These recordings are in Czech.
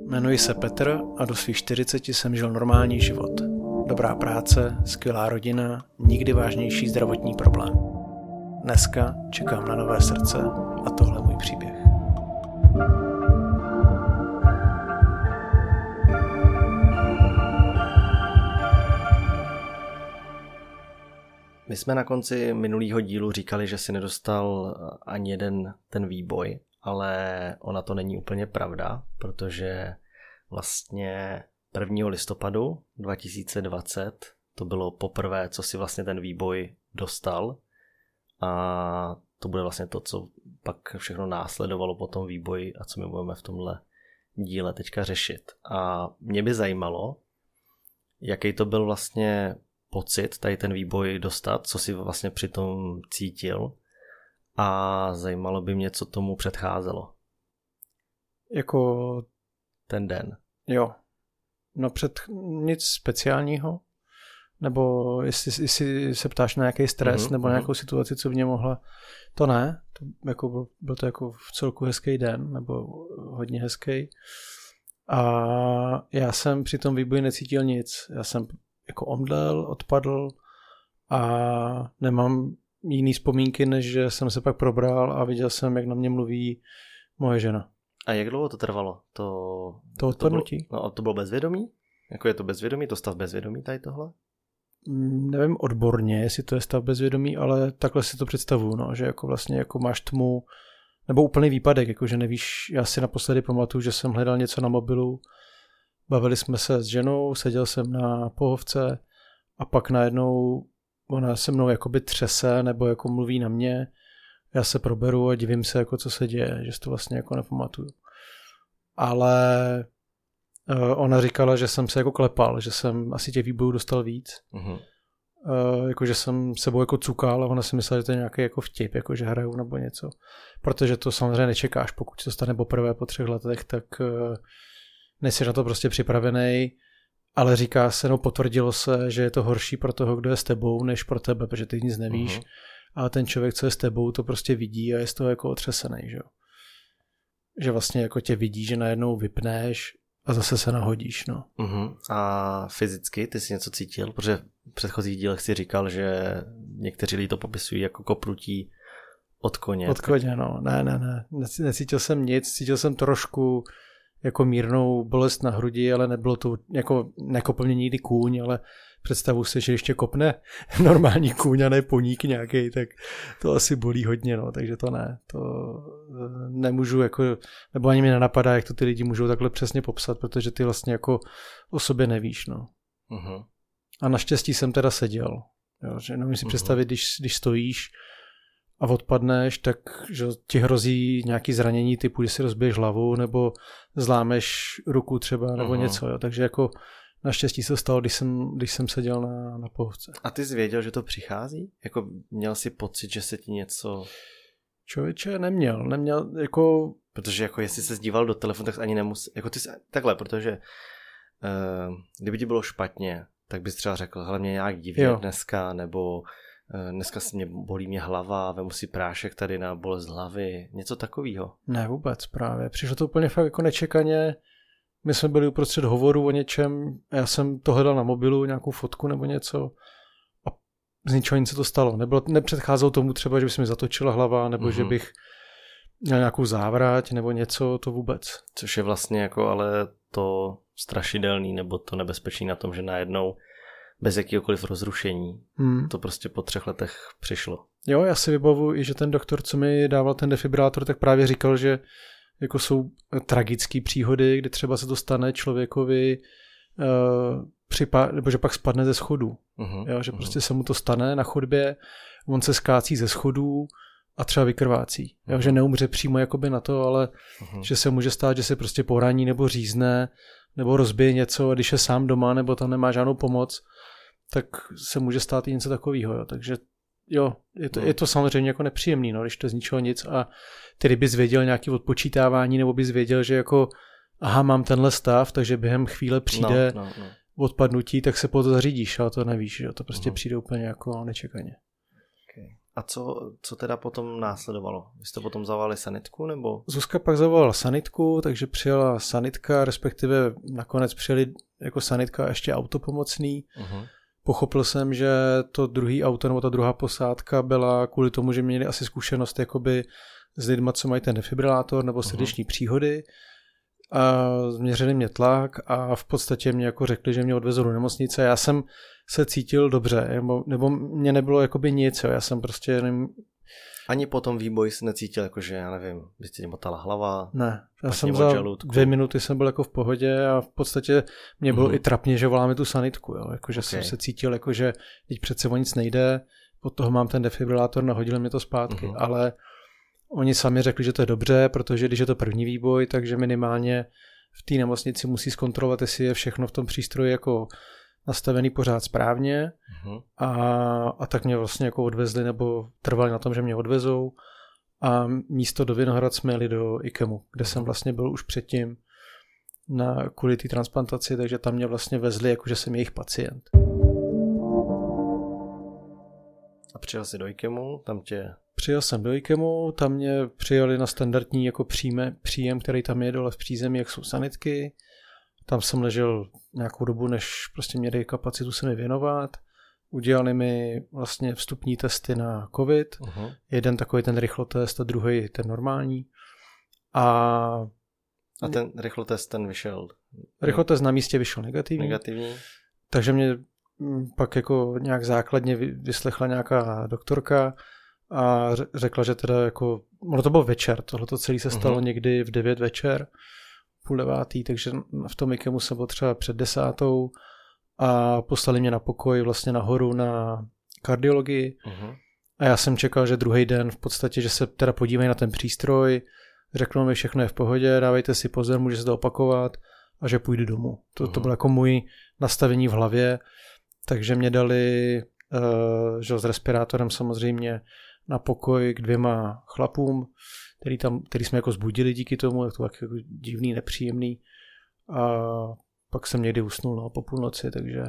Jmenuji se Petr a do svých 40 jsem žil normální život. Dobrá práce, skvělá rodina, nikdy vážnější zdravotní problém. Dneska čekám na nové srdce a tohle je můj příběh. My jsme na konci minulého dílu říkali, že si nedostal ani jeden ten výboj, ale ona to není úplně pravda, protože vlastně 1. listopadu 2020 to bylo poprvé, co si vlastně ten výboj dostal, a to bude vlastně to, co pak všechno následovalo po tom výboji a co my budeme v tomhle díle teďka řešit. A mě by zajímalo, jaký to byl vlastně pocit tady ten výboj dostat, co si vlastně při tom cítil, a zajímalo by mě, co tomu předcházelo. Jako ten den. Jo. No nic speciálního? Nebo jestli se ptáš na nějaký stres nebo na nějakou situaci, co v něm mohla? To ne. Byl to jako v celku hezký den, nebo hodně hezký. A já jsem při tom výboji necítil nic. Já jsem jako omdlel, odpadl a nemám jiný vzpomínky, než že jsem se pak probral a viděl jsem, jak na mě mluví moje žena. A jak dlouho to trvalo? To odpadnutí? To bylo bezvědomí? Jako je to bezvědomí? To stav bezvědomí tady tohle? Nevím odborně, jestli to je stav bezvědomí, ale takhle si to představuju, no, že jako vlastně jako máš tmu, nebo úplný výpadek, jako že nevíš. Já si naposledy pamatuju, že jsem hledal něco na mobilu, bavili jsme se s ženou, seděl jsem na pohovce a pak najednou ona se mnou jakoby třese nebo jako mluví na mě, já se proberu a divím se, jako co se děje, že si to vlastně jako nepamatuju. Ale ona říkala, že jsem se jako klepal, že jsem asi těch výbojů dostal víc. Jako že jsem sebou jako cukal a ona si myslela, že to je nějaký jako vtip, jako že hraju nebo něco. Protože to samozřejmě nečekáš, pokud se to stane poprvé po 3 letech, tak nejsi na to prostě připravený, ale říká se, potvrdilo se, že je to horší pro toho, kdo je s tebou, než pro tebe, protože ty nic nevíš. Ale ten člověk, co je s tebou, to prostě vidí a je z toho jako otřesený, že jo. Že vlastně jako tě vidí, že najednou vypneš a zase se nahodíš, no. A fyzicky ty jsi něco cítil? Protože v předchozích dílech si říkal, že někteří lidi to popisují jako kopnutí od koně. Od koně, no. Ne. Necítil jsem nic, cítil jsem trošku jako mírnou bolest na hrudi, ale nebylo to jako, nekopl mě nikdy kůň, ale představuji si, že ještě kopne normální kůň a ne poník nějaký, tak to asi bolí hodně, no, takže to ne, to nemůžu jako, nebo ani mi nenapadá, jak to ty lidi můžou takhle přesně popsat, protože ty vlastně jako o sobě nevíš, no. A naštěstí jsem teda seděl, jo, že nemůžu si představit, když stojíš a odpadneš, tak že ti hrozí nějaký zranění typu, že si rozbiješ hlavu nebo zlámeš ruku třeba nebo něco, jo. Takže jako naštěstí se stalo, když jsem seděl na pohovce. A ty jsi věděl, že to přichází? Jako měl jsi pocit, že se ti něco... Člověče, neměl jako... Protože jako jestli se díval do telefonu, tak ani nemusel... Jako ty takhle, protože kdyby ti bylo špatně, tak bys třeba řekl, hele, mě nějak divně dneska, nebo dneska bolí mě hlava, vemu si prášek tady na bolest hlavy, něco takového. Ne, vůbec právě. Přišlo to úplně fakt jako nečekaně. My jsme byli uprostřed hovoru o něčem, já jsem to hledal na mobilu, nějakou fotku nebo něco, a z ničeho nic se to stalo. Nepředcházelo tomu třeba, že by se mi zatočila hlava, nebo že bych měl nějakou závrať, nebo něco, to vůbec. Což je vlastně jako ale to strašidelný, nebo to nebezpečný na tom, že najednou bez jakýhokoliv rozrušení to prostě po 3 letech přišlo. Jo, já si vybavuji i, že ten doktor, co mi dával ten defibrilátor, tak právě říkal, že jako jsou tragické příhody, kdy třeba se to stane člověkovi, nebo že pak spadne ze schodů. Že prostě se mu to stane na chodbě, on se skácí ze schodů a třeba vykrvácí. Že neumře přímo jakoby na to, ale že se může stát, že se prostě poraní nebo řízne, nebo rozbije něco, a když je sám doma, nebo tam nemá žádnou pomoc, tak se může stát i něco takového. Jo. Takže jo, je to samozřejmě jako nepříjemný, no, když to z ničeho nic, a ty kdybys věděl nějaké odpočítávání, nebo bys věděl, že jako aha, mám tenhle stav, takže během chvíle přijde odpadnutí, tak se po to zařídíš, ale to nevíš, že to prostě přijde úplně jako nečekaně. Okay. A co teda potom následovalo? Vy jste potom zavolali sanitku, nebo? Zuzka pak zavolala sanitku, takže přijela sanitka, respektive nakonec přijeli jako sanitka ještě autopomocný. Uh-huh. Pochopil jsem, že to druhý auto nebo ta druhá posádka byla kvůli tomu, že měli asi zkušenost jakoby s lidma, co mají ten defibrilátor nebo srdeční příhody. A změřili mě tlak a v podstatě mě jako řekli, že mě odvezou do nemocnice. Já jsem se cítil dobře, nebo mě nebylo jakoby nic, jo. Já jsem prostě... Ani po tom výboji se necítil, jakože, já nevím, by se ti motala hlava? Ne, já jsem za 2 minuty jsem byl jako v pohodě a v podstatě mě bylo i trapně, že voláme tu sanitku, jo. Jakože jsem se cítil, jakože teď přece o nic nejde, od toho mám ten defibrilátor, nahodili mě to zpátky, ale oni sami řekli, že to je dobře, protože když je to první výboj, takže minimálně v té nemocnici musí zkontrolovat, jestli je všechno v tom přístroji jako nastavený pořád správně a tak mě vlastně jako odvezli nebo trvali na tom, že mě odvezou a místo do Vinohrad jsme jeli do IKEMu, kde jsem vlastně byl už předtím kvůli té transplantaci, takže tam mě vlastně vezli, jakože jsem jejich pacient. A přijel jsi do IKEMu, Přijel jsem do IKEMu, tam mě přijali na standardní jako příjem, který tam je dole v přízemí, jak jsou sanitky. Tam jsem ležel nějakou dobu, než prostě měli kapacitu se mi věnovat. Udělali mi vlastně vstupní testy na COVID. Jeden takový ten rychlotest a druhý ten normální. A ten rychlotest ten vyšel? Rychlotest na místě vyšel negativní. Takže mě pak jako nějak základně vyslechla nějaká doktorka a řekla, že teda jako, ono to bylo večer, tohleto celé se stalo někdy v 9 večer, 8:30, takže v tom IKEMu jsem byl třeba před 10:00 a poslali mě na pokoj vlastně nahoru na kardiologii a já jsem čekal, že druhý den v podstatě, že se teda podívají na ten přístroj, řeknou mi, všechno je v pohodě, dávejte si pozor, může se to opakovat a že půjdu domů. To bylo jako můj nastavení v hlavě, takže mě dali že s respirátorem samozřejmě na pokoj k 2 chlapům, který jsme jako zbudili díky tomu, jak to jako divný, nepříjemný. A pak jsem někdy usnul po půlnoci, takže...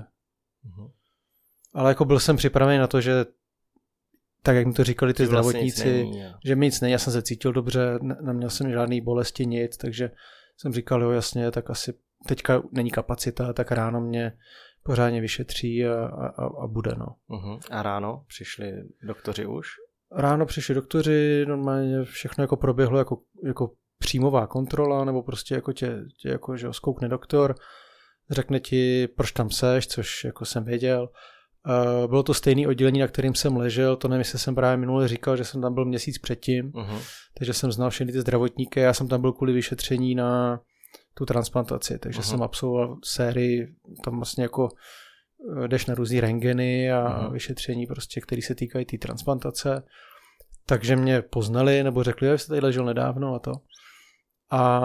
Ale jako byl jsem připravený na to, že tak, jak mi to říkali ty zdravotníci, že mi nic není, já jsem se cítil dobře, neměl jsem žádný bolesti, nic, takže jsem říkal, jo jasně, tak asi teďka není kapacita, tak ráno mě pořádně vyšetří a bude, no. A ráno přišli doktoři už? Ráno přišli doktoři, normálně všechno jako proběhlo jako příjmová kontrola, nebo prostě jako tě jako, že zkoukne doktor, řekne ti, proč tam seš, což jako jsem věděl. Bylo to stejné oddělení, na kterým jsem ležel, to nevím, jestli jsem právě minule říkal, že jsem tam byl měsíc předtím, takže jsem znal všechny ty zdravotníky, já jsem tam byl kvůli vyšetření na tu transplantaci, takže jsem absolvoval sérii, tam vlastně jako jdeš na různý rentgeny a vyšetření prostě, které se týkají té transplantace, takže mě poznali, nebo řekli, že jsi tady ležel nedávno a to. A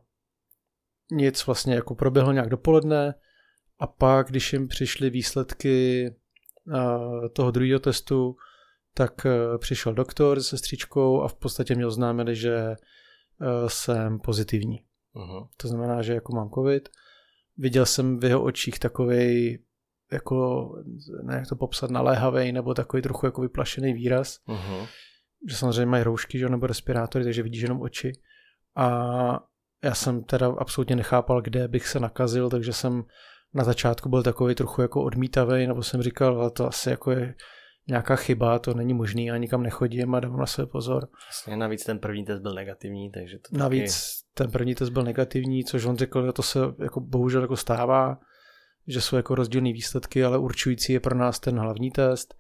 nic vlastně jako proběhlo nějak dopoledne a pak, když jim přišly výsledky toho druhého testu, tak přišel doktor se sestřičkou a v podstatě mě oznámili, že jsem pozitivní. To znamená, že jako mám covid. Viděl jsem v jeho očích takovej, jako, ne jak to popsat, naléhavej, nebo takový trochu jako vyplašený výraz. Že samozřejmě mají roušky, že, nebo respirátory, takže vidíš jenom oči. A já jsem teda absolutně nechápal, kde bych se nakazil, takže jsem na začátku byl takový trochu jako odmítavej, nebo jsem říkal, ale to asi jako je nějaká chyba, to není možný, já nikam nechodím a dávám na sebe pozor. Vlastně navíc ten první test byl negativní, takže to navíc ten první test byl negativní, což on řekl, že to se jako bohužel jako stává, že jsou jako rozdílné výsledky, ale určující je pro nás ten hlavní test.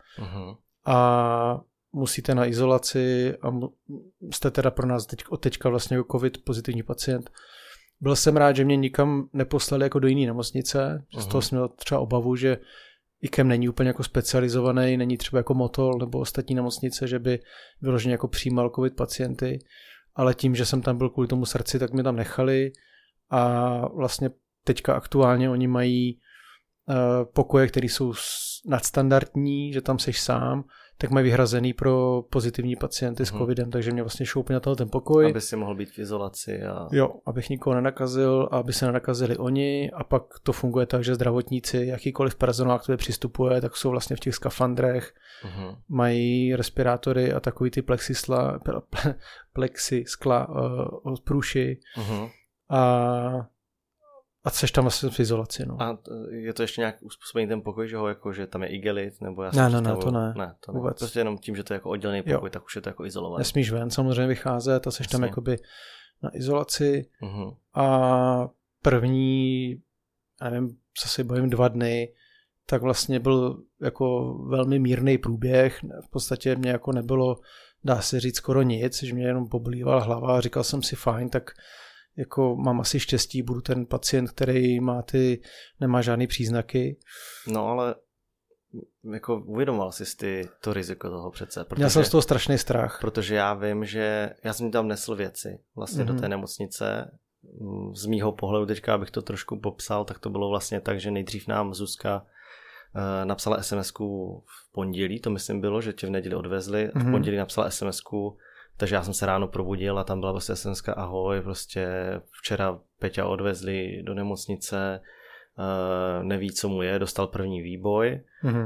A musíte na izolaci a jste teda pro nás od teďka vlastně jako covid pozitivní pacient. Byl jsem rád, že mě nikam neposlali jako do jiné nemocnice, z toho jsem měl třeba obavu, že IKEM není úplně jako specializovaný, není třeba jako Motol nebo ostatní nemocnice, že by vyloženě jako přijímal covid pacienty, ale tím, že jsem tam byl kvůli tomu srdci, tak mě tam nechali a vlastně teďka aktuálně oni mají pokoje, které jsou nadstandardní, že tam seš sám, tak mají vyhrazený pro pozitivní pacienty s covidem, takže mě vlastně šoupli na ten pokoj. Aby si mohl být v izolaci. Jo, abych nikoho nenakazil a aby se nenakazili oni a pak to funguje tak, že zdravotníci, jakýkoliv personál, který přistupuje, tak jsou vlastně v těch skafandrech, mají respirátory a takový ty plexiskla od průši a seš tam vlastně v izolaci. No. A je to ještě nějak uspůsobený ten pokoj, že že tam je igelit? Nebo já ne, to ne. Ne, to vůbec. Prostě jenom tím, že to je jako oddělený pokoj, tak už je to jako izolovaný. Nesmíš ven samozřejmě vycházet a seš tam jakoby na izolaci a první, já nevím, co si bojím 2 dny, tak vlastně byl jako velmi mírný průběh. V podstatě mě jako nebylo, dá se říct, skoro nic, že mě jenom poblívala hlava a říkal jsem si fajn, tak jako mám asi štěstí, budu ten pacient, který nemá žádný příznaky. No ale jako uvědomoval jsi to riziko toho přece. Měl jsem z toho strašný strach. Protože já vím, že já jsem tam nesl věci vlastně do té nemocnice. Z mýho pohledu teďka, abych to trošku popsal, tak to bylo vlastně tak, že nejdřív nám Zuzka napsala SMS-ku v pondělí, to myslím bylo, že tě v neděli odvezli, v pondělí napsala SMS-ku, takže já jsem se ráno probudil a tam byla prostě SMS-ka ahoj, prostě včera Peťa odvezli do nemocnice, neví, co mu je, dostal první výboj,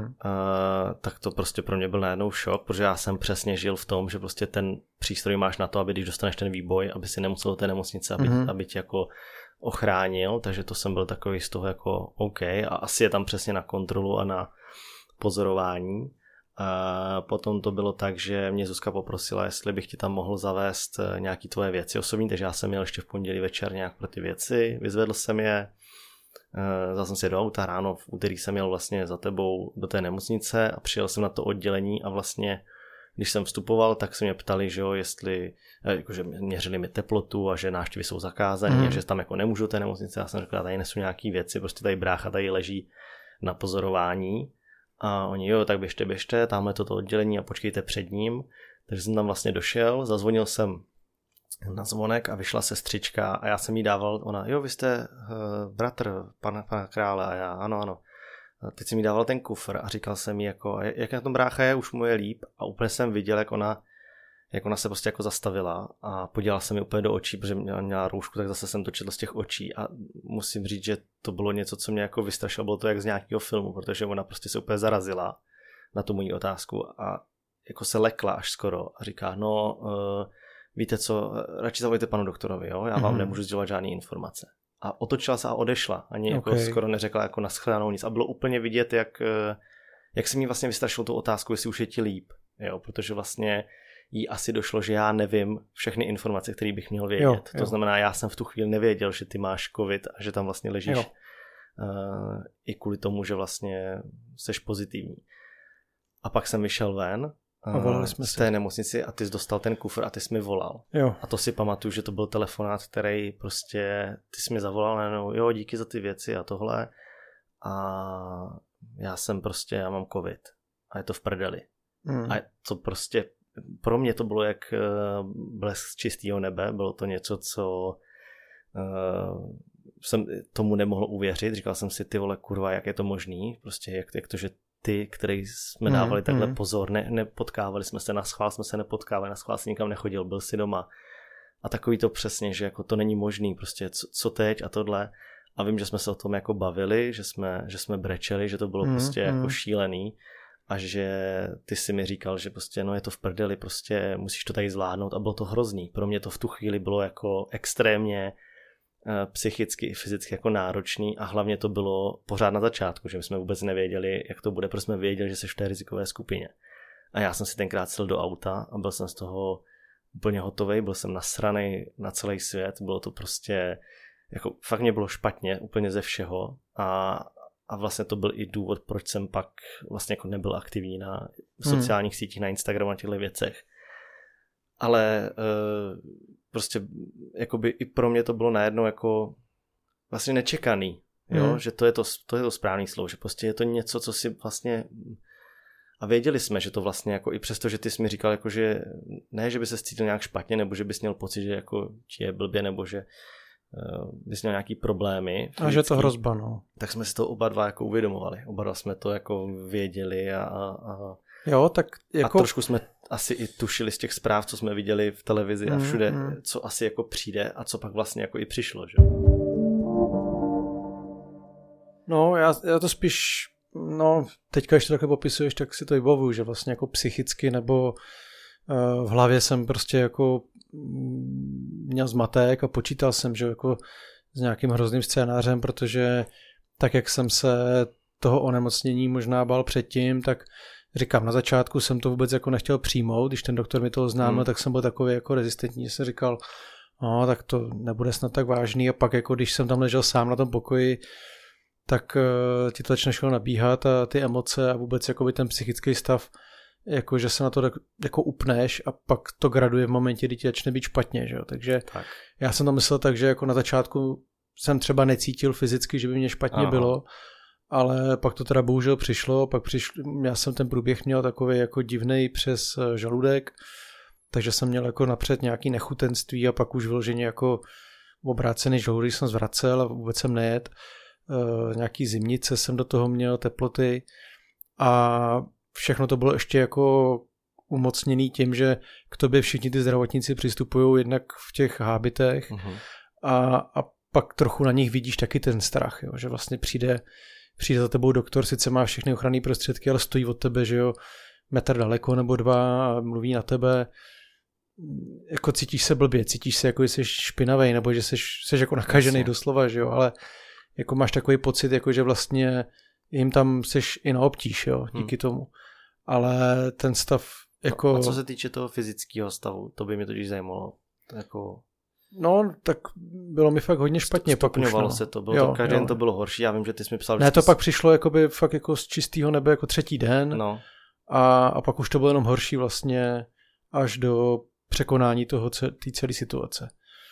tak to prostě pro mě byl najednou šok, protože já jsem přesně žil v tom, že prostě ten přístroj máš na to, aby když dostaneš ten výboj, aby si nemusel do té nemocnice, aby tě jako ochránil, takže to jsem byl takový z toho jako OK a asi je tam přesně na kontrolu a na pozorování. A potom to bylo tak, že mě Zuzka poprosila, jestli bych ti tam mohl zavést nějaký tvoje věci osobní, takže já jsem měl ještě v pondělí večer nějak pro ty věci, vyzvedl jsem je, vzal jsem si do auta, ráno v úterý jsem jel vlastně za tebou do té nemocnice a přijel jsem na to oddělení a vlastně když jsem vstupoval, tak se mě ptali, že jo, jestli, jakože měřili mi teplotu a že návštěvy jsou zakázané a že tam jako nemůžu té nemocnice. Já jsem řekl, tady nesu nějaký věci, prostě tady brácha tady leží na pozorování a oni, jo, tak běžte, tamhle toto oddělení a počkejte před ním. Takže jsem tam vlastně došel, zazvonil jsem na zvonek a vyšla sestřička a já jsem jí dával, ona, jo, vy jste bratr pana krále a já, ano. Teď jsem jí dával ten kufr a říkal jsem jí jako, jak na tom brácha je, už mu je líp a úplně jsem viděl, jak ona se prostě jako zastavila a podívala se mi úplně do očí, protože měla roušku, tak zase jsem to četl z těch očí a musím říct, že to bylo něco, co mě jako vystrašilo, bylo to jak z nějakého filmu, protože ona prostě se úplně zarazila na tu moji otázku a jako se lekla až skoro a říká, víte co, radši zavolejte panu doktorovi, jo, já vám nemůžu sdělovat žádné informace. A otočila se a odešla. Ani jako skoro neřekla jako naschledanou nic. A bylo úplně vidět, jak se mi vlastně vystrašilo tu otázku, jestli už je ti líp. Jo, protože vlastně jí asi došlo, že já nevím všechny informace, které bych měl vědět. Jo. To znamená, já jsem v tu chvíli nevěděl, že ty máš covid a že tam vlastně ležíš i kvůli tomu, že vlastně seš pozitivní. A pak jsem vyšel ven z té nemocnici a ty jsi dostal ten kufr a ty jsi mi volal. Jo. A to si pamatuju, že to byl telefonát, který prostě, ty jsi mi zavolal, jo, díky za ty věci a tohle. A já mám covid. A je to v prdeli. A to prostě, pro mě to bylo jak blesk z čistého nebe, bylo to něco, co jsem tomu nemohl uvěřit. Říkal jsem si, ty vole, kurva, jak je to možný? Prostě jak to, že ty, který jsme dávali takhle pozor, nepotkávali jsme se, na schvál jsme se nepotkávali, na schvál si nikam nechodil, byl si doma. A takový to přesně, že jako to není možný, prostě co teď a tohle. A vím, že jsme se o tom jako bavili, že jsme brečeli, že to bylo prostě jako šílený a že ty si mi říkal, že prostě je to v prdeli, prostě musíš to tady zvládnout a bylo to hrozný. Pro mě to v tu chvíli bylo jako extrémně psychicky i fyzicky jako náročný a hlavně to bylo pořád na začátku, že my jsme vůbec nevěděli, jak to bude, protože jsme věděli, že jsi v té rizikové skupině. A já jsem si tenkrát šel do auta a byl jsem z toho úplně hotovej, byl jsem nasranej na celý svět, bylo to prostě, jako fakt mě bylo špatně úplně ze všeho a vlastně to byl i důvod, proč jsem pak vlastně jako nebyl aktivní na sociálních sítích, na Instagramu a těchto věcech. Ale prostě jakoby i pro mě to bylo najednou jako vlastně nečekaný, jo? Že to je to správný slovo, že prostě je to něco, co si vlastně a věděli jsme, že to vlastně jako i přesto, že ty jsi mi říkal jako, že ne, že by se cítil nějak špatně, nebo že bys měl pocit, že jako ti je blbě, nebo že bys měl nějaký problémy. Fyzický, a že to hrozba, no. Tak jsme si to oba dva jako uvědomovali, oba dva jsme to jako věděli a Jo, tak jako... A trošku jsme asi i tušili z těch zpráv, co jsme viděli v televizi a všude, co asi jako přijde a co pak vlastně jako i přišlo, že? No, já to spíš, teďka, když to takhle popisuješ, tak si to vybavuju, že vlastně jako psychicky nebo v hlavě jsem prostě jako měl zmatek a počítal jsem, že jako s nějakým hrozným scénářem, protože tak, jak jsem se toho onemocnění možná bál předtím, tak říkám, na začátku jsem to vůbec jako nechtěl přijmout, když ten doktor mi to oznámil, tak jsem byl takový jako rezistentní, že jsem říkal, no, tak to nebude snad tak vážný a pak jako když jsem tam ležel sám na tom pokoji, tak ti to začne šlo nabíhat a ty emoce a vůbec jakoby ten psychický stav, jako že se na to jako upneš a pak to graduje v momentě, kdy ti začne být špatně, že jo, takže tak. Já jsem to myslel tak, že jako na začátku jsem třeba necítil fyzicky, že by mě špatně bylo, ale pak to teda bohužel přišlo, já jsem ten průběh měl takový jako divnej přes žaludek, takže jsem měl jako napřed nějaký nechutenství a pak už vyloženě jako obrácený žaludek jsem zvracel a vůbec jsem nejet. Nějaký zimnice jsem do toho měl, teploty a všechno to bylo ještě jako umocněný tím, že k tobě všichni ty zdravotníci přistupují jednak v těch hábitech a pak trochu na nich vidíš taky ten strach, jo, že vlastně přijde za tebou doktor, sice má všechny ochranné prostředky, ale stojí od tebe, že jo, metr daleko nebo 2 a mluví na tebe. Jako cítíš se blbě, cítíš se jako, že jsi špinavej nebo že jsi jako nakažený doslova, že jo, ale jako máš takový pocit, jako že vlastně jim tam seš i na obtíž, jo, díky tomu. Ale ten stav jako... A co se týče toho fyzického stavu, to by mě totiž zajímalo. Jako... No, tak bylo mi fakt hodně špatně. Stupňovalo se to, bylo to, každý den to bylo horší, já vím, že ty jsi mi psal... Ne, to pak přišlo jakoby fakt jako z čistého nebe jako 3. den a pak už to bylo jenom horší vlastně až do překonání té celé situace.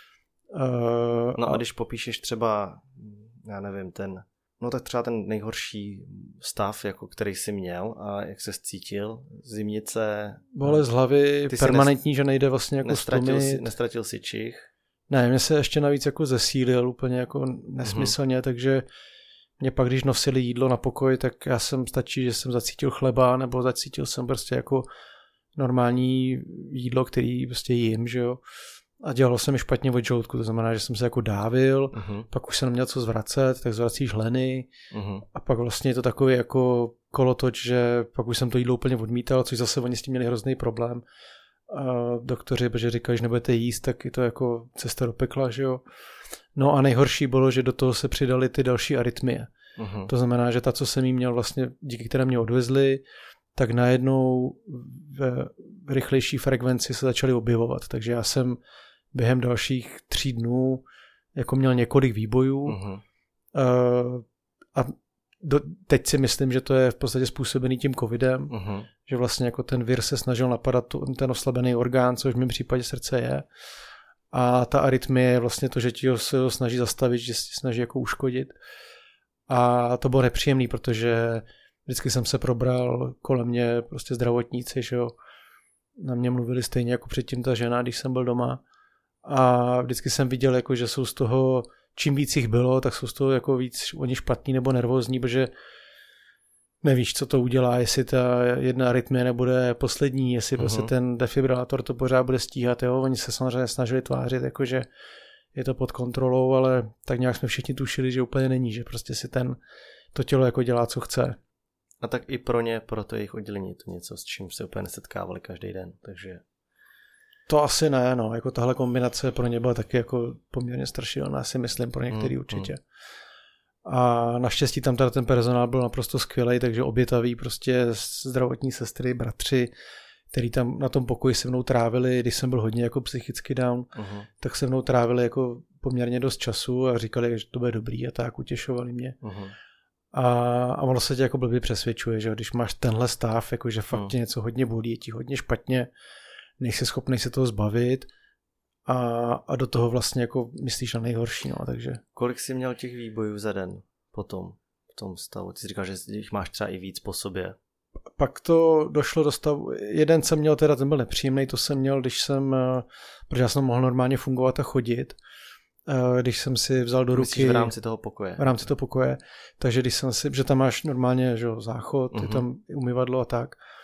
A když popíšeš třeba, já nevím, tak třeba ten nejhorší stav, jako který jsi měl a jak ses cítil, zimnice... Bolest hlavy, permanentní, že nejde vlastně jako stlumit. Nestratil si čich? Ne, mě se ještě navíc jako zesílil úplně jako nesmyslně, takže mě pak, když nosili jídlo na pokoj, tak stačí, že jsem zacítil chleba, nebo zacítil jsem prostě jako normální jídlo, který prostě jim, že jo. A dělalo se mi špatně od žaludku, to znamená, že jsem se jako dávil, pak už jsem neměl co zvracet, tak zvracíš hleny a pak vlastně je to takový jako kolotoč, že pak už jsem to jídlo úplně odmítal, což zase oni s tím měli hrozný problém. A doktoři, protože říkali, že nebudete jíst, tak je to jako cesta do pekla, že jo. No a nejhorší bylo, že do toho se přidaly ty další arytmie. To znamená, že ta, co jsem jí měl vlastně, díky které mě odvezli, tak najednou v rychlejší frekvenci se začaly objevovat. Takže já jsem během dalších 3 dnů jako měl několik výbojů a teď si myslím, že to je v podstatě způsobený tím covidem, že vlastně jako ten vir se snažil napadat ten oslabený orgán, což v mém případě srdce je. A ta arytmie je vlastně to, že ti se ho snaží zastavit, že se snaží jako uškodit. A to bylo nepříjemný, protože vždycky jsem se probral kolem mě prostě zdravotníci, že jo. Na mě mluvili stejně jako předtím ta žena, když jsem byl doma. A vždycky jsem viděl, jako, že jsou z toho, čím víc jich bylo, tak jsou z toho jako víc oni špatní nebo nervózní, protože nevíš, co to udělá, jestli ta jedna arytmie nebude poslední, jestli prostě ten defibrilátor to pořád bude stíhat, jo. Oni se samozřejmě snažili tvářit, jakože je to pod kontrolou, ale tak nějak jsme všichni tušili, že úplně není, že prostě si to tělo jako dělá, co chce. A tak i pro to jejich oddělení to něco, s čím se úplně nesetkávali každý den, takže... To asi ne, no, jako tahle kombinace pro ně byla taky jako poměrně strašidelná, si myslím, pro některý určitě. A naštěstí tam teda ten personál byl naprosto skvělej, takže obětaví prostě zdravotní sestry, bratři, který tam na tom pokoji se mnou trávili, když jsem byl hodně jako psychicky down, tak se mnou trávili jako poměrně dost času a říkali, že to bude dobrý a tak, utěšovali mě. A ono se tě jako blbě přesvědčuje, že když máš tenhle stav, jako že fakt tě něco hodně bolí, je ti hodně špatně, nejsi schopný se toho zbavit a do toho vlastně jako myslíš na nejhorší, no, takže. Kolik jsi měl těch výbojů za den potom v tom stavu? Ty jsi říkal, že jich máš třeba i víc po sobě. Pak to došlo do stavu, jeden jsem měl teda, ten byl nepříjemný, to jsem měl, protože já jsem mohl normálně fungovat a chodit, když jsem si vzal do ruky... Myslíš v rámci toho pokoje? V rámci toho pokoje, takže když jsem si, že tam máš normálně, že záchod, je tam umyvadlo a tak,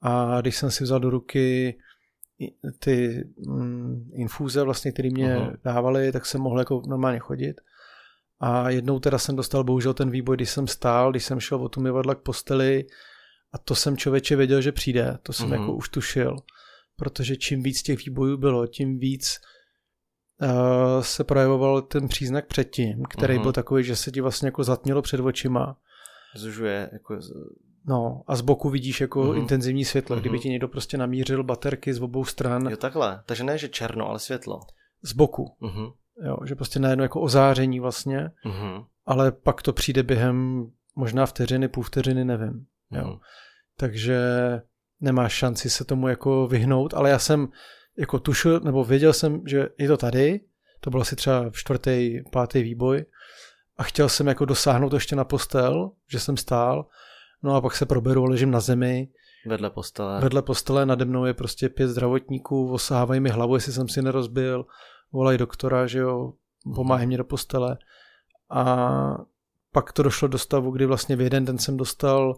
a když jsem si vzal do ruky ty infúze vlastně, které mě dávali, tak jsem mohl jako normálně chodit. A jednou teda jsem dostal bohužel ten výboj, když jsem stál, když jsem šel od umyvadla k posteli a to jsem člověče věděl, že přijde. To jsem jako už tušil, protože čím víc těch výbojů bylo, tím víc se projevoval ten příznak předtím, který byl takový, že se ti vlastně jako zatmělo před očima. Zužuje jako... No a z boku vidíš jako intenzivní světlo, kdyby ti někdo prostě namířil baterky z obou stran. Jo, takhle. Takže ne, že černo, ale světlo. Z boku. Jo, že prostě najednou jako ozáření vlastně, ale pak to přijde během možná vteřiny, půl vteřiny, nevím. Jo. Takže nemáš šanci se tomu jako vyhnout, ale já jsem jako tušil, nebo věděl jsem, že je to tady, to bylo asi třeba 4., 5. výboj a chtěl jsem jako dosáhnout ještě na postel, že jsem stál, no a pak se proberu, ležím na zemi. Vedle postele, nade mnou je prostě 5 zdravotníků, osahávají mi hlavu, jestli jsem si nerozbil, volají doktora, že jo, pomáhají mě do postele. A pak to došlo do stavu, kdy vlastně v jeden den jsem dostal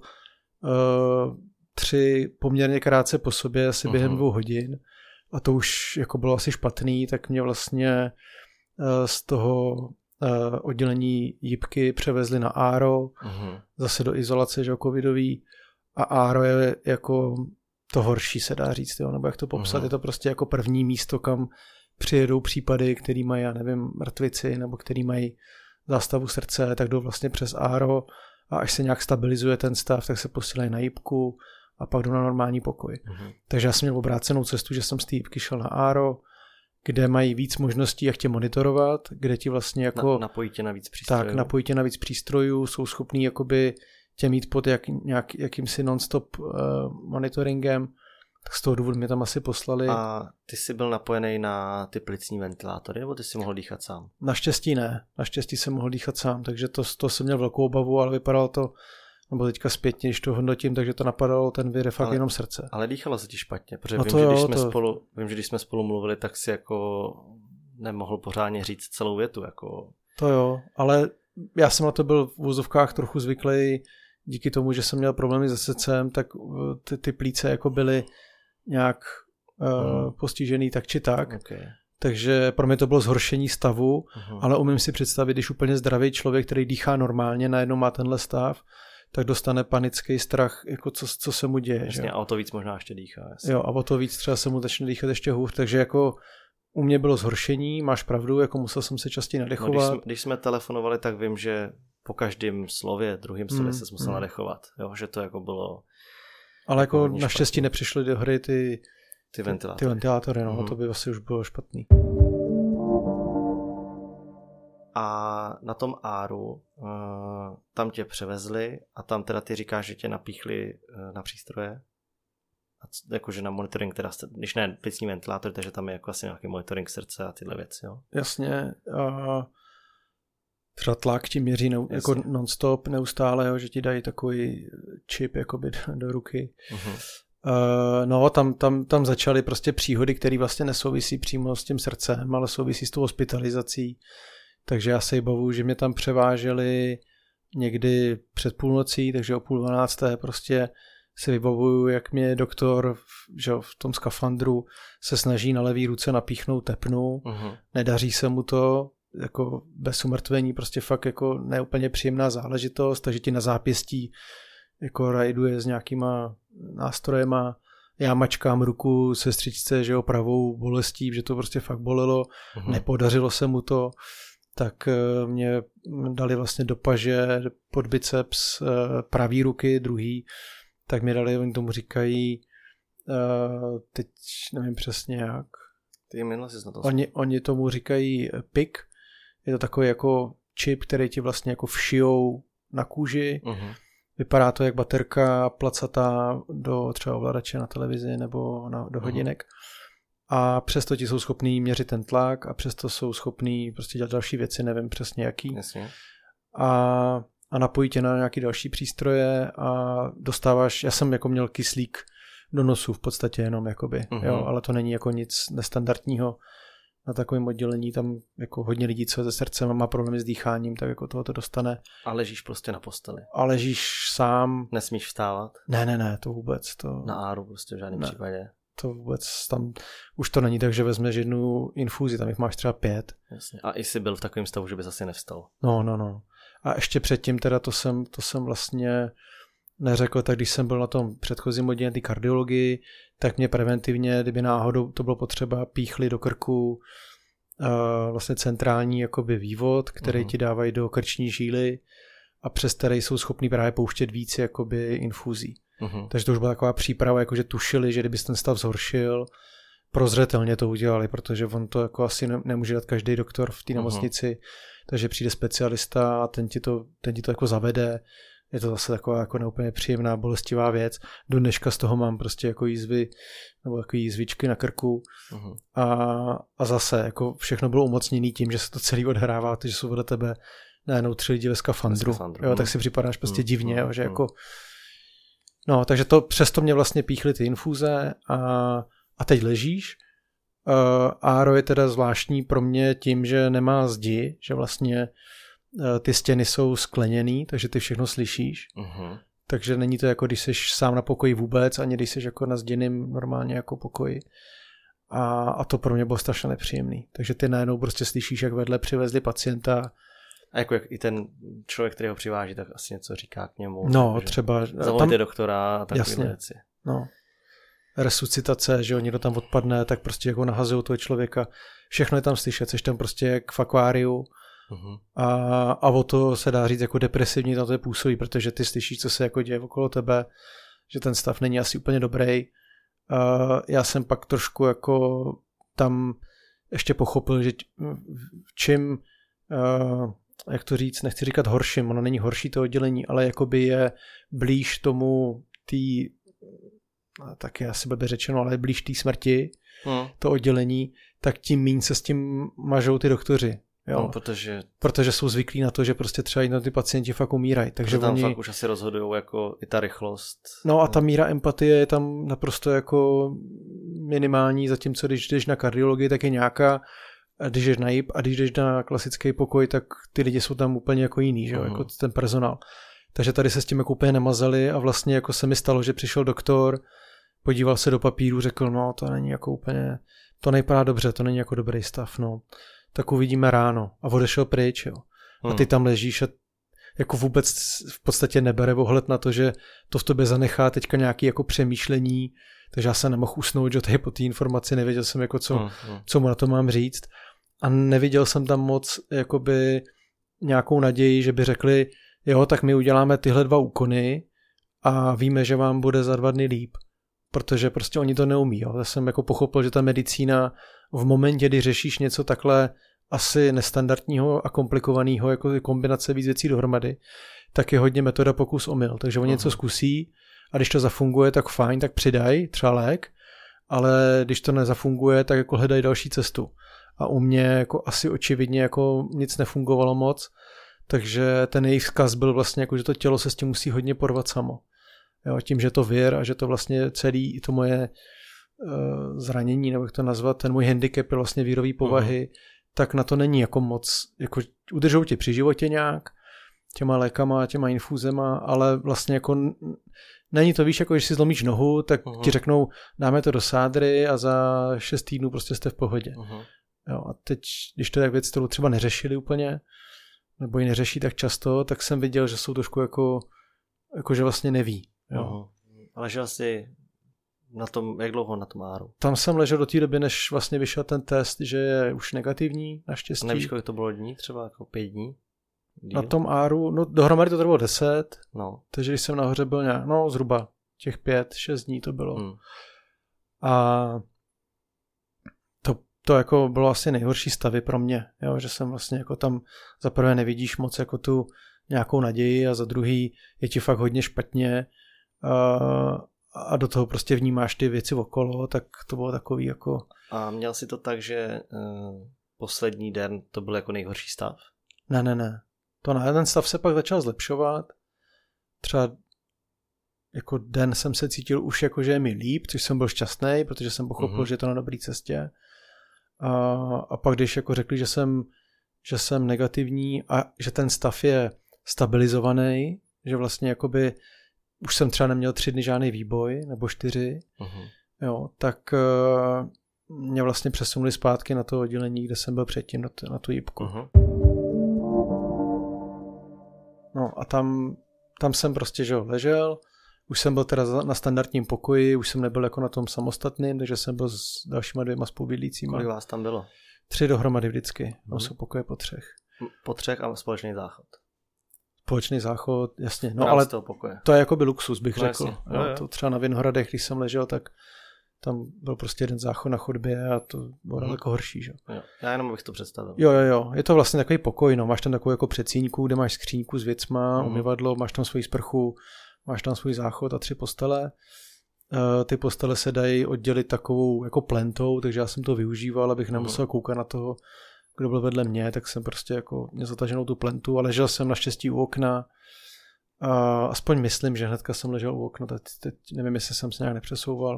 3 poměrně krátce po sobě, asi během 2 hodin. A to už jako bylo asi špatný, tak mě vlastně z toho oddělení Jipky převezli na Áro, zase do izolace, že jo, covidový. A Áro je jako to horší, se dá říct, jo, nebo jak to popsat, je to prostě jako první místo, kam přijedou případy, který mají, já nevím, mrtvici, nebo který mají zástavu srdce, tak jdou vlastně přes Áro a až se nějak stabilizuje ten stav, tak se posílají na Jipku a pak jdou na normální pokoj. Takže já jsem měl obrácenou cestu, že jsem z té Jipky šel na Áro, kde mají víc možností, jak tě monitorovat, kde ti vlastně jako... Napojí tě na víc přístrojů. Tak, napojí tě na víc přístrojů, jsou schopní jakoby tě mít pod jakýmsi non-stop monitoringem, tak z toho důvodu mě tam asi poslali. A ty jsi byl napojený na ty plicní ventilátory, nebo ty jsi mohl dýchat sám? Naštěstí ne, naštěstí jsem mohl dýchat sám, takže to jsem měl velkou obavu, ale vypadalo to, nebo teďka zpětně, když to hodnotím, takže to napadalo ten vir fakt jenom srdce. Ale dýchalo se ti špatně, protože no vím, že když jsme spolu mluvili, tak si jako nemohl pořádně říct celou větu. Jako... To jo, ale já jsem na to byl v úzovkách trochu zvyklý, díky tomu, že jsem měl problémy se srdcem, tak ty plíce jako byly nějak postižený tak či tak. Okay. Takže pro mě to bylo zhoršení stavu, ale umím si představit, když úplně zdravý člověk, který dýchá normálně, najednou má tenhle stav, tak dostane panický strach, jako co se mu děje. Jasně, že? a o to víc možná ještě dýchá. Jasně. Jo, a o to víc třeba se mu začne dýchat ještě hůř, takže jako u mě bylo zhoršení, máš pravdu, jako musel jsem se častěji nadechovat. No, když jsme telefonovali, tak vím, že po každém slově, druhým slově se musel nadechovat, jo, že to jako bylo... Ale jako naštěstí nepřišly do hry ty ventilátory, no, to by asi už bylo špatný. A na tom Áru tam tě převezli a tam teda ty říkáš, že tě napíchli na přístroje? Jakože na monitoring, teda, když ne plicní ventilátor, takže tam je jako asi nějaký monitoring srdce a tyhle věci, jo? Jasně. Třeba tlak ti měří jako non-stop neustále, jo, že ti dají takový čip jakoby do ruky. No, tam začaly prostě příhody, které vlastně nesouvisí přímo s tím srdcem, ale souvisí s tou hospitalizací. Takže já se bavu, že mě tam převáželi někdy před půlnocí, takže o 11:30 prostě si vybavuju, jak mě doktor v tom skafandru se snaží na levý ruce napíchnout tepnu. Nedaří se mu to, jako bez umrtvení, prostě fakt jako neúplně příjemná záležitost, takže ti na zápěstí jako rajduje s nějakýma nástrojema. Já mačkám ruku sestřičce, že jo, pravou bolestí, že to prostě fakt bolelo. Nepodařilo se mu to, tak mě dali vlastně do paže, pod biceps pravý ruky, druhý, tak mě dali, oni tomu říkají, teď nevím přesně jak. Ty minul jsi na to. Oni tomu říkají PIC, je to takový jako čip, který ti vlastně jako všijou na kůži. Vypadá to jak baterka placatá do třeba ovladače na televizi nebo do hodinek. A přesto ti jsou schopní měřit ten tlak a přesto jsou schopní prostě dělat další věci, nevím přesně jaký. Jasně. A napojí tě na nějaký další přístroje a dostáváš, já jsem jako měl kyslík do nosu v podstatě jenom jakoby, jo, ale to není jako nic nestandardního. na takovém oddělení, tam jako hodně lidí, co se srdcem má problémy s dýcháním, tak jako toho to dostane. A ležíš prostě na posteli. A ležíš sám. Nesmíš vstávat? Ne, to vůbec. Na áru prostě v žádném případě. To vůbec tam už to není tak, že vezmeš jednu infuzi, tam jich máš třeba 5. Jasně. A i jsi byl v takovém stavu, že bys asi nevstal. No. A ještě předtím teda to jsem vlastně neřekl, tak když jsem byl na tom předchozím oddělení ty kardiologii, tak mě preventivně, kdyby náhodou to bylo potřeba, píchli do krku vlastně centrální jakoby vývod, který ti dávají do krční žíly a přes který jsou schopní právě pouštět víc jakoby infuzí. Takže to už byla taková příprava, jakože tušili, že kdyby ten stav zhoršil, prozřetelně to udělali, protože on to jako asi nemůže dát každý doktor v té nemocnici, takže přijde specialista a ten ti to jako zavede. Je to zase taková jako neúplně příjemná, bolestivá věc. Do dneška z toho mám prostě jako jízvy nebo jako jízvičky na krku. A zase jako všechno bylo umocněné tím, že se to celý odhrává, že jsou vedle tebe najednou 3 lidi ve skafandru. Jo, tak si připadáš prostě divně, jo, že jako no, takže to přesto mě vlastně píchly ty infuze a teď ležíš. Áro je teda zvláštní pro mě tím, že nemá zdi, že vlastně ty stěny jsou skleněný, takže ty všechno slyšíš. Takže není to jako když jsi sám na pokoji vůbec, ani když jsi jako na zděným normálně jako pokoji. A to pro mě bylo strašně nepříjemný. Takže ty najednou prostě slyšíš, jak vedle přivezli pacienta. A jako jak i ten člověk, který ho přiváží, tak asi něco říká k němu. No, třeba. Zavolejte doktora a takové věci. No. Resuscitace, že jo, někdo tam odpadne, tak prostě jako nahazují toho člověka. Všechno je tam slyšet, jsi tam prostě jak v akváriu. A o to se dá říct jako depresivní, to působí, protože ty slyšíš, co se jako děje okolo tebe, že ten stav není asi úplně dobrý. Já jsem pak trošku jako tam ještě pochopil, že čím jak to říct, nechci říkat horším, ono není horší to oddělení, ale jakoby je blíž tomu taky asi blbě řečeno, ale blíž té smrti, to oddělení, tak tím míň se s tím mažou ty doktoři. Jo, no, protože jsou zvyklí na to, že prostě třeba ty pacienti fakt umírají. Takže tam fakt už asi rozhodujou jako i ta rychlost. No a ta míra empatie je tam naprosto jako minimální, zatímco když jdeš na kardiologii, tak je nějaká, a když jdeš na JIP a když jdeš na klasický pokoj, tak ty lidi jsou tam úplně jako jiný, že jo, jako ten personál. Takže tady se s tím jako úplně nemazali a vlastně jako se mi stalo, že přišel doktor, podíval se do papíru, řekl, no to není jako úplně, to nevypadá dobře, to není jako dobrý stav, no. Tak uvidíme ráno. A odešel pryč, jo. A ty tam ležíš a jako vůbec v podstatě nebere ohled na to, že to v tobě zanechá teďka nějaké jako přemýšlení, takže já se nemohl usnout, že tady po té informaci nevěděl jsem jako co mu na to mám říct a neviděl jsem tam moc jakoby nějakou naději, že by řekli, jo, tak my uděláme tyhle 2 úkony a víme, že vám bude za 2 dny líp, protože prostě oni to neumí, jo. Já jsem jako pochopil, že ta medicína v momentě, kdy řešíš něco takhle asi nestandardního a komplikovaného, jako kombinace víc věcí dohromady, tak je hodně metoda pokus omyl. Takže oni něco zkusí a když to zafunguje, tak fajn, tak přidají třeba lék, ale když to nezafunguje, tak jako hledají další cestu. A u mě jako asi očividně jako nic nefungovalo moc, takže ten jejich vzkaz byl vlastně jako, že to tělo se s tím musí hodně porvat samo. Jo, tím, že to vir a že to vlastně celý to moje zranění, nebo jak to nazvat, ten můj handicap je vlastně vírový povahy, tak na to není jako moc, jako udržou tě při životě nějak, těma lékama, těma infuzema, ale vlastně jako není to, víš, jako když si zlomíš nohu, tak ti řeknou, dáme to do sádry a za 6 týdnů prostě jste v pohodě. Jo, a teď, když to je věc, kterou třeba neřešili úplně, nebo ji neřeší tak často, tak jsem viděl, že jsou trošku jako že vlastně neví. Jo. Ale že asi na tom, jak dlouho na tom áru? Tam jsem ležel do té doby, než vlastně vyšel ten test, že je už negativní, naštěstí. Nevíš, kolik to bylo dní? Třeba jako 5 dní? Díl? Na tom áru, no dohromady to trvalo 10, no. Takže když jsem nahoře byl nějak, no zhruba těch 5-6 dní to bylo. A to jako bylo asi nejhorší stavy pro mě, jo, že jsem vlastně jako tam za prvé nevidíš moc jako tu nějakou naději a za druhý je ti fakt hodně špatně a do toho prostě vnímáš ty věci okolo, tak to bylo takový jako... A měl jsi to tak, že poslední den to byl jako nejhorší stav? Ne. To ne, ten stav se pak začal zlepšovat. Třeba jako den jsem se cítil už jako, že je mi líp, což jsem byl šťastný, protože jsem pochopil, že je to na dobré cestě. A pak když jako řekli, že jsem negativní a že ten stav je stabilizovaný, že vlastně jakoby už jsem třeba neměl 3 dny žádný výboj, nebo 4, jo, tak mě vlastně přesunuli zpátky na to oddělení, kde jsem byl předtím, na tu jipku. No a tam jsem prostě, že ležel, už jsem byl teda na standardním pokoji, už jsem nebyl jako na tom samostatným, takže jsem byl s dalšíma 2 spolubydlícíma. Kolik vás tam bylo? 3 dohromady vždycky, tam jsou pokoje po 3. Po 3 a společný záchod. Společný záchod, jasně. No ale to je jakoby luxus, bych řekl. Jo. To třeba na Vinohradech, když jsem ležel, tak tam byl prostě jeden záchod na chodbě a to bylo daleko horší. Že? Jo. Já jenom bych to představil. Jo. Je to vlastně takový pokoj. No. Máš tam takovou jako předsíňku, kde máš skříňku s věcma, umyvadlo, máš tam svoji sprchu, máš tam svůj záchod a 3 postele. Ty postele se dají oddělit takovou jako plentou, takže já jsem to využíval, abych nemusel koukat na toho, kdo byl vedle mě, tak jsem prostě jako měl zataženou tu plentu a ležel jsem naštěstí u okna. Aspoň myslím, že hnedka jsem ležel u okna, teď nevím, jestli jsem se nějak nepřesouval.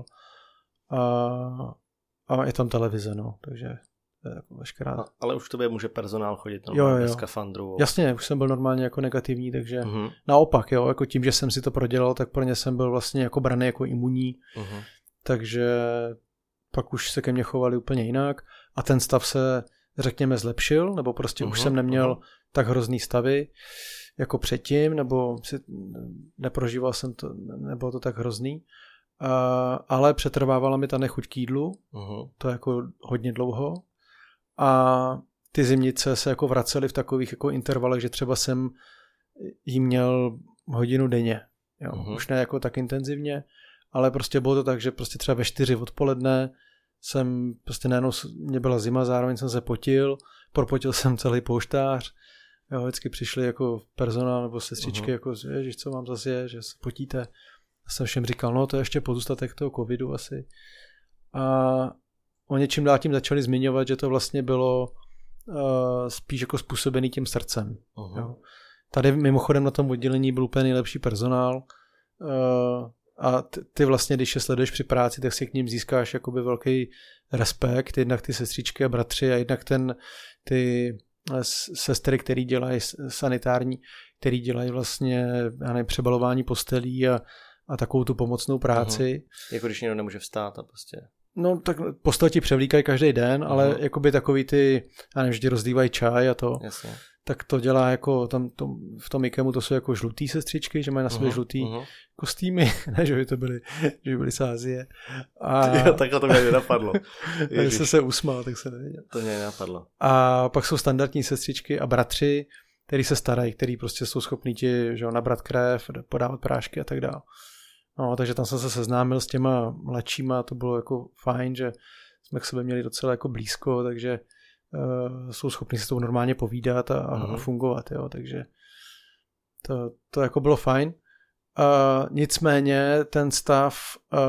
A je tam televize, no, takže to je jako veškerá. Ale už k tobě může personál chodit bez skafandru. Jasně, už jsem byl normálně jako negativní, takže naopak, jo, jako tím, že jsem si to prodělal, tak pro ně jsem byl vlastně jako braný jako imunní, takže pak už se ke mně chovali úplně jinak a ten stav se, řekněme, zlepšil, nebo prostě už jsem neměl tak hrozný stavy jako předtím, nebo neprožíval jsem to, nebylo to tak hrozný. Ale přetrvávala mi ta nechuť k jídlu, to jako hodně dlouho a ty zimnice se jako vracely v takových jako intervalech, že třeba jsem jí měl hodinu denně, jo. Už ne jako tak intenzivně, ale prostě bylo to tak, že prostě třeba ve 4 odpoledne jsem prostě najednou, mě byla zima, zároveň jsem se propotil jsem celý polštář, jo, vždycky přišli jako personál nebo sestřičky, jako ježiš, co vám zase je, že se potíte. Já jsem všem říkal, no to je ještě pozůstatek toho covidu asi. A oni čím dál tím začali zmiňovat, že to vlastně bylo spíš jako způsobený tím srdcem. Jo. Tady mimochodem na tom oddělení byl úplně nejlepší personál a ty vlastně, když je sleduješ při práci, tak si k ním získáš jakoby velký respekt, jednak ty sestřičky a bratři a jednak ty sestry, který dělají sanitární, který dělají vlastně přebalování postelí a takovou tu pomocnou práci. Jako když někdo nemůže vstát a prostě... No tak postel ti převlíkají každý den, ale jakoby takový ty, já nevím, že ti rozdívají čaj a to. Jasně. Tak to dělá jako v tom IKEMu to jsou jako žlutý sestřičky, že mají na sobě žlutý kostýmy, ne, že by to byly z Ázie. Takhle to mě nenapadlo. Když jsem se usmál, tak se nevěděl. To mě nenapadlo. A pak jsou standardní sestřičky a bratři, který se starají, který prostě jsou schopní ti, že nabrat krev, podávat prášky a tak dále. No, takže tam jsem se seznámil s těma mladšíma, to bylo jako fajn, že jsme k sobě měli docela jako blízko, takže jsou schopni se tou normálně povídat a fungovat, jo, takže to jako bylo fajn. Nicméně ten stav...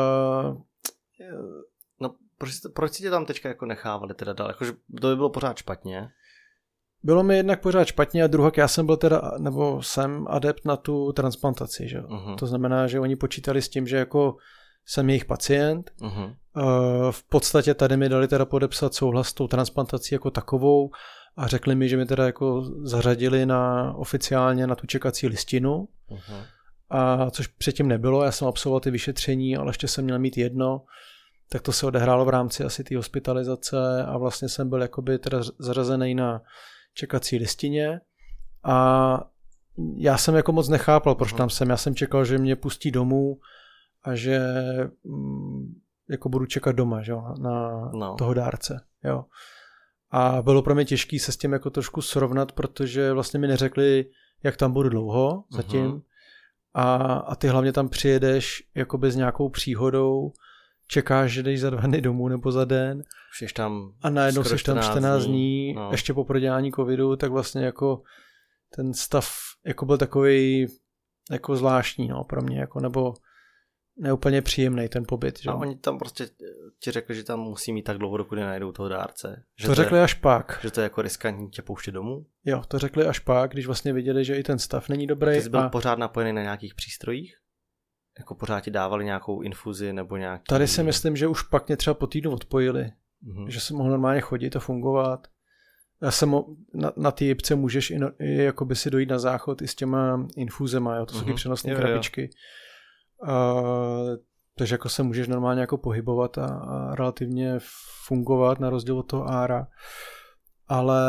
No, proč si tě tam teďka jako nechávali teda dál? Jakože to by bylo pořád špatně. Bylo mi jednak pořád špatně a druhak já jsem byl teda, nebo jsem adept na tu transplantaci, že? To znamená, že oni počítali s tím, že jako jsem jejich pacient. V podstatě tady mi dali teda podepsat souhlas s tou transplantací jako takovou a řekli mi, že mi teda jako zařadili oficiálně na tu čekací listinu. A což předtím nebylo, já jsem absolvoval ty vyšetření, ale ještě jsem měl mít jedno, tak to se odehrálo v rámci asi té hospitalizace a vlastně jsem byl jakoby teda zařazený na čekací listině a já jsem jako moc nechápal, proč tam jsem. Já jsem čekal, že mě pustí domů a že jako budu čekat doma, že, na toho dárce. Jo. A bylo pro mě těžké se s tím jako trošku srovnat, protože vlastně mi neřekli, jak tam budu dlouho zatím. A ty hlavně tam přijedeš jakoby s nějakou příhodou, čekáš, že jdeš za 2 dny domů nebo za den a najednou jsi tam 14 dní ještě po prodělání covidu, tak vlastně jako ten stav jako byl takový jako zvláštní, no, pro mě, jako, nebo neúplně příjemný ten pobyt. Že? A oni tam prostě ti řekli, že tam musí mít tak dlouho, dokud nenajdou toho dárce. Že to řekli až pak. Že to je jako riskantní tě pouštět domů? Jo, to řekli až pak, když vlastně viděli, že i ten stav není dobrý. Ty jsi byl pořád napojený na nějakých přístrojích? Jako pořád ti dávali nějakou infuzi nebo nějaký... Tady si myslím, že už pak mě třeba po týdnu odpojili. že jsem mohl normálně chodit a fungovat. Já jsem na té jipce můžeš i jakoby si dojít na záchod i s těma infuzema, jo? To jsou ty přenosné krabičky. Takže jako se můžeš normálně jako pohybovat a relativně fungovat na rozdíl od toho ára. Ale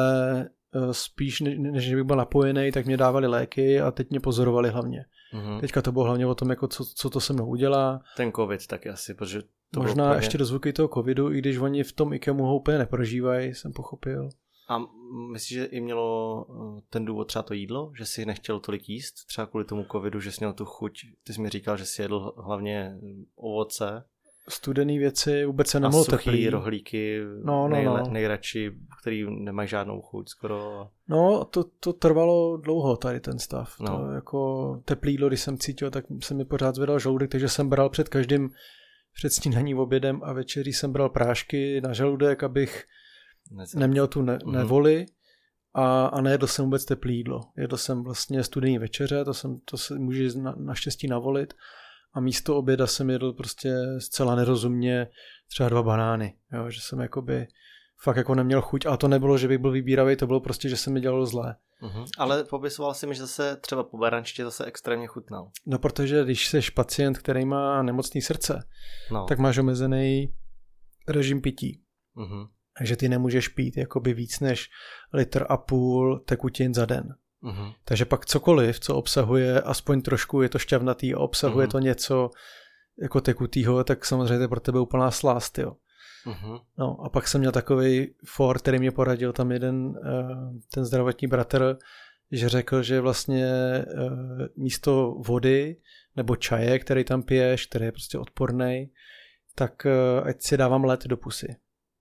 spíš, než bych byl napojený, tak mě dávali léky a teď mě pozorovali hlavně. Teďka to bylo hlavně o tom, jako co to se mnou udělá. Ten covid taky asi, protože to možná bylo ještě dozvuky toho covidu, i když oni v tom IKEMu ho úplně neprožívají, jsem pochopil. A myslíš, že i mělo ten důvod třeba to jídlo? Že jsi nechtěl tolik jíst? Třeba kvůli tomu covidu, že jsi měl tu chuť? Ty jsi mi říkal, že jsi jedl hlavně ovoce. Studený věci, vůbec se nemohlo teplý. A suchý rohlíky, nejradši, který nemají žádnou chuť skoro. No, to trvalo dlouho tady ten stav. No. To jako teplý jídlo, když jsem cítil, tak se mi pořád zvedal žaludek, takže jsem bral před snídaní, obědem a večeří jsem bral prášky na žaludek, abych neměl tu nevoli a nejedl jsem vůbec teplý jídlo. Jedl jsem vlastně studený večeře, to se může naštěstí navolit. A místo oběda jsem jedl prostě zcela nerozumně třeba 2 banány, jo, že jsem jakoby fakt jako neměl chuť, ale to nebylo, že bych byl vybíravý, to bylo prostě, že se mi dělalo zlé. Ale popisoval si mi, že zase třeba po barančtě zase extrémně chutnal. No, protože když jsi pacient, který má nemocný srdce, tak máš omezený režim pití. Takže ty nemůžeš pít jakoby víc než 1,5 litru tekutin za den. Takže pak cokoliv, co obsahuje aspoň trošku, je to šťavnatý a obsahuje to něco jako tekutýho, tak samozřejmě pro tebe úplná slást, jo. No a pak jsem měl takovej for, který mě poradil tam jeden ten zdravotní bratr, že řekl, že vlastně místo vody nebo čaje, který tam piješ, který je prostě odpornej, tak ať si dávám led do pusy.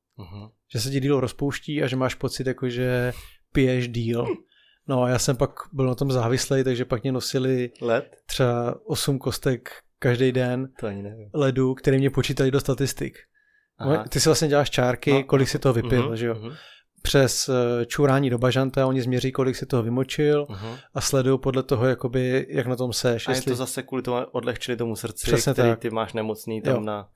Že se ti díl rozpouští a že máš pocit, jako že piješ díl. No a já jsem pak byl na tom závislej, takže pak mě nosili třeba 8 kostek každý den ledu, který mě počítali do statistik. Ty si vlastně děláš čárky, kolik si toho vypil, že jo? Přes čurání do bažanta, oni změří, kolik si toho vymočil a sledují podle toho, jakoby, jak na tom seš. A je to zase kvůli tomu odlehčili tomu srdci, který ty máš nemocný tam na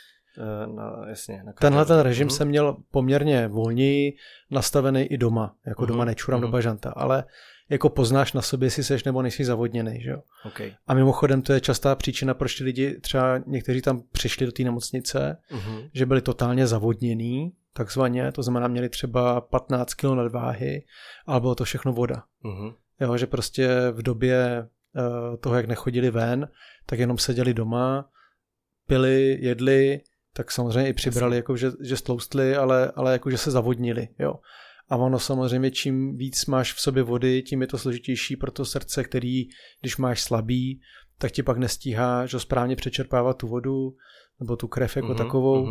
tenhle ten režim jsem měl poměrně volněji nastavený i doma. Jako doma nečurám do bažanta, ale jako poznáš na sobě, jestli seš nebo nejsi zavodněnej, že jo. A mimochodem to je častá příčina, proč ty lidi, třeba někteří tam přišli do té nemocnice, že byli totálně zavodněný, takzvaně, to znamená měli třeba 15 kg nadváhy, ale bylo to všechno voda. Jo, že prostě v době toho, jak nechodili ven, tak jenom seděli doma, pili, jedli, tak samozřejmě i přibrali, jako, že stloustli, ale jako, že se zavodnili. Jo. A ono samozřejmě, čím víc máš v sobě vody, tím je to složitější pro to srdce, který, když máš slabý, tak ti pak nestíhá, že správně přečerpávat tu vodu nebo tu krev jako takovou.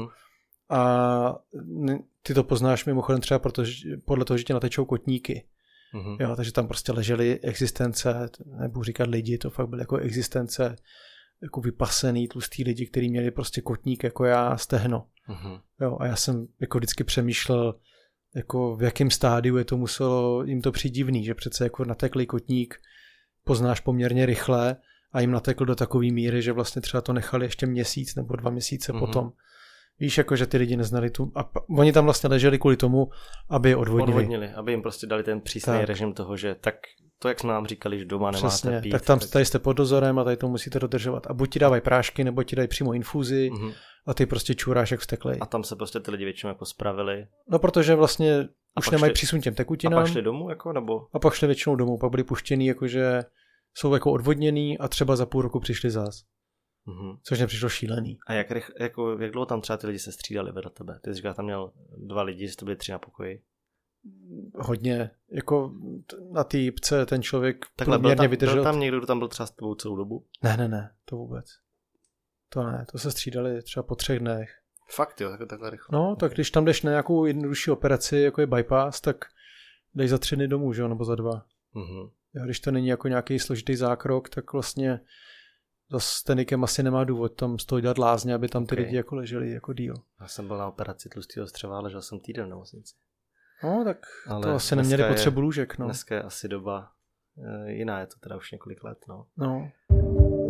A ty to poznáš mimochodem třeba podle toho, že tě natečou kotníky. Jo, takže tam prostě ležely existence, nebudu říkat lidi, to fakt byly jako existence, jako vypasený tlustý lidi, kteří měli prostě kotník jako já, stehno. Jo, a já jsem jako vždycky přemýšlel, jako v jakém stádiu je to muselo jim to přijít divný, že přece jako nateklý kotník poznáš poměrně rychle a jim natekl do takové míry, že vlastně třeba to nechali ještě měsíc nebo 2 měsíce potom. Víš, jako že ty lidi neznali tu... A oni tam vlastně leželi kvůli tomu, aby je odvodnili. Aby jim prostě dali ten přísný režim toho, že tak to, jak jsme nám říkali, že doma nemáte pít. Tak tam tady jste pod dozorem a tady to musíte dodržovat. A buď ti dávají prášky, nebo ti dají přímo infuzi a ty prostě čuráš jak vzteklej. A tam se prostě ty lidi většinou jako spravili. No, protože vlastně už nemají přísun těm tekutinám. A pak šli domů, jako, nebo? A pak šli většinou domů, pak byli puštěný, jakože jsou jako odvodněný a třeba za půl roku přišli zás. Což mě přišlo šílený. A jak dlouho tam třeba ty lidi se střídali vedle tebe? Ty jsi říkal, tam měl 2 lidi, že to byli 3 na pokoji. Hodně. Jako na té jípce ten člověk průměrně vydržel. Byl tam někdo, kdo tam byl třeba s tebou celou dobu? Ne, to vůbec. To ne, to se střídali třeba po 3 dnech. Fakt jo, takhle rychle. No, tak když tam jdeš na nějakou jednodušší operaci, jako je bypass, tak jdeš za 3 dny domů, že jo, nebo za 2. A když to není jako nějaký složitý zákrok, tak vlastně s ten IKEM asi nemá důvod tam stojí dát lázně, aby tam ty lidi jako leželi jako díl. Já jsem byl na operaci tlustého střeva, ležel jsem týden v nemocnici. No, tak ale to asi neměli potřebu lůžek, no. Dneska je asi doba jiná, je to teda už několik let, no.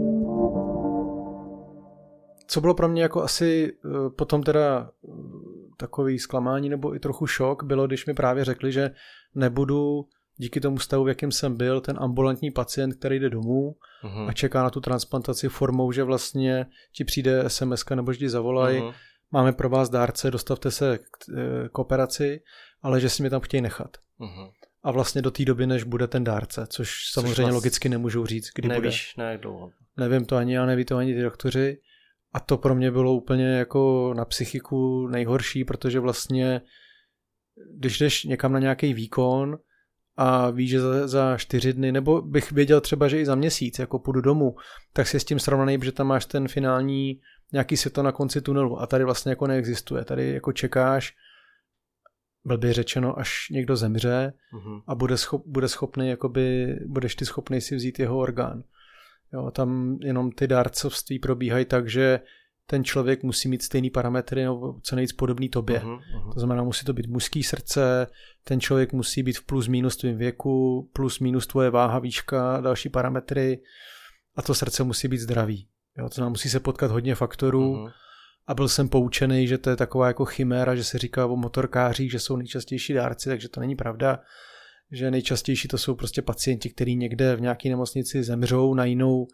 Co bylo pro mě jako asi potom teda takový zklamání nebo i trochu šok bylo, když mi právě řekli, že nebudu díky tomu stavu, v jakém jsem byl, ten ambulantní pacient, který jde domů a čeká na tu transplantaci formou, že vlastně ti přijde SMS-ka nebo že ti zavolají, máme pro vás dárce, dostavte se k operaci, ale že si mě tam chtějí nechat. A vlastně do té doby, než bude ten dárce, což samozřejmě logicky nemůžou říct, kdy nevíš, bude. Ne, jak dlouho. Nevím to ani já, neví to ani ty doktoři. A to pro mě bylo úplně jako na psychiku nejhorší, protože vlastně, když jdeš někam na nějaký výkon a víš, že za 4 dny, nebo bych věděl třeba, že i za měsíc, jako půjdu domů, tak si s tím srovnaný, protože tam máš ten finální nějaký světlo na konci tunelu a tady vlastně jako neexistuje. Tady jako čekáš, blbě řečeno, až někdo zemře a bude schopný, jakoby, budeš ty schopný si vzít jeho orgán. Jo, tam jenom ty dárcovství probíhají tak, že ten člověk musí mít stejný parametry nebo co nejvíc podobný tobě. To znamená, musí to být mužský srdce, ten člověk musí být v plus minus tvým věku, plus minus tvoje váha, výška, další parametry a to srdce musí být zdravý. Jo, to znamená, musí se potkat hodně faktorů a byl jsem poučený, že to je taková jako chiméra, že se říká o motorkářích, že jsou nejčastější dárci, takže to není pravda. Že nejčastější to jsou prostě pacienti, kteří někde v nějaké nemocnici zemřou na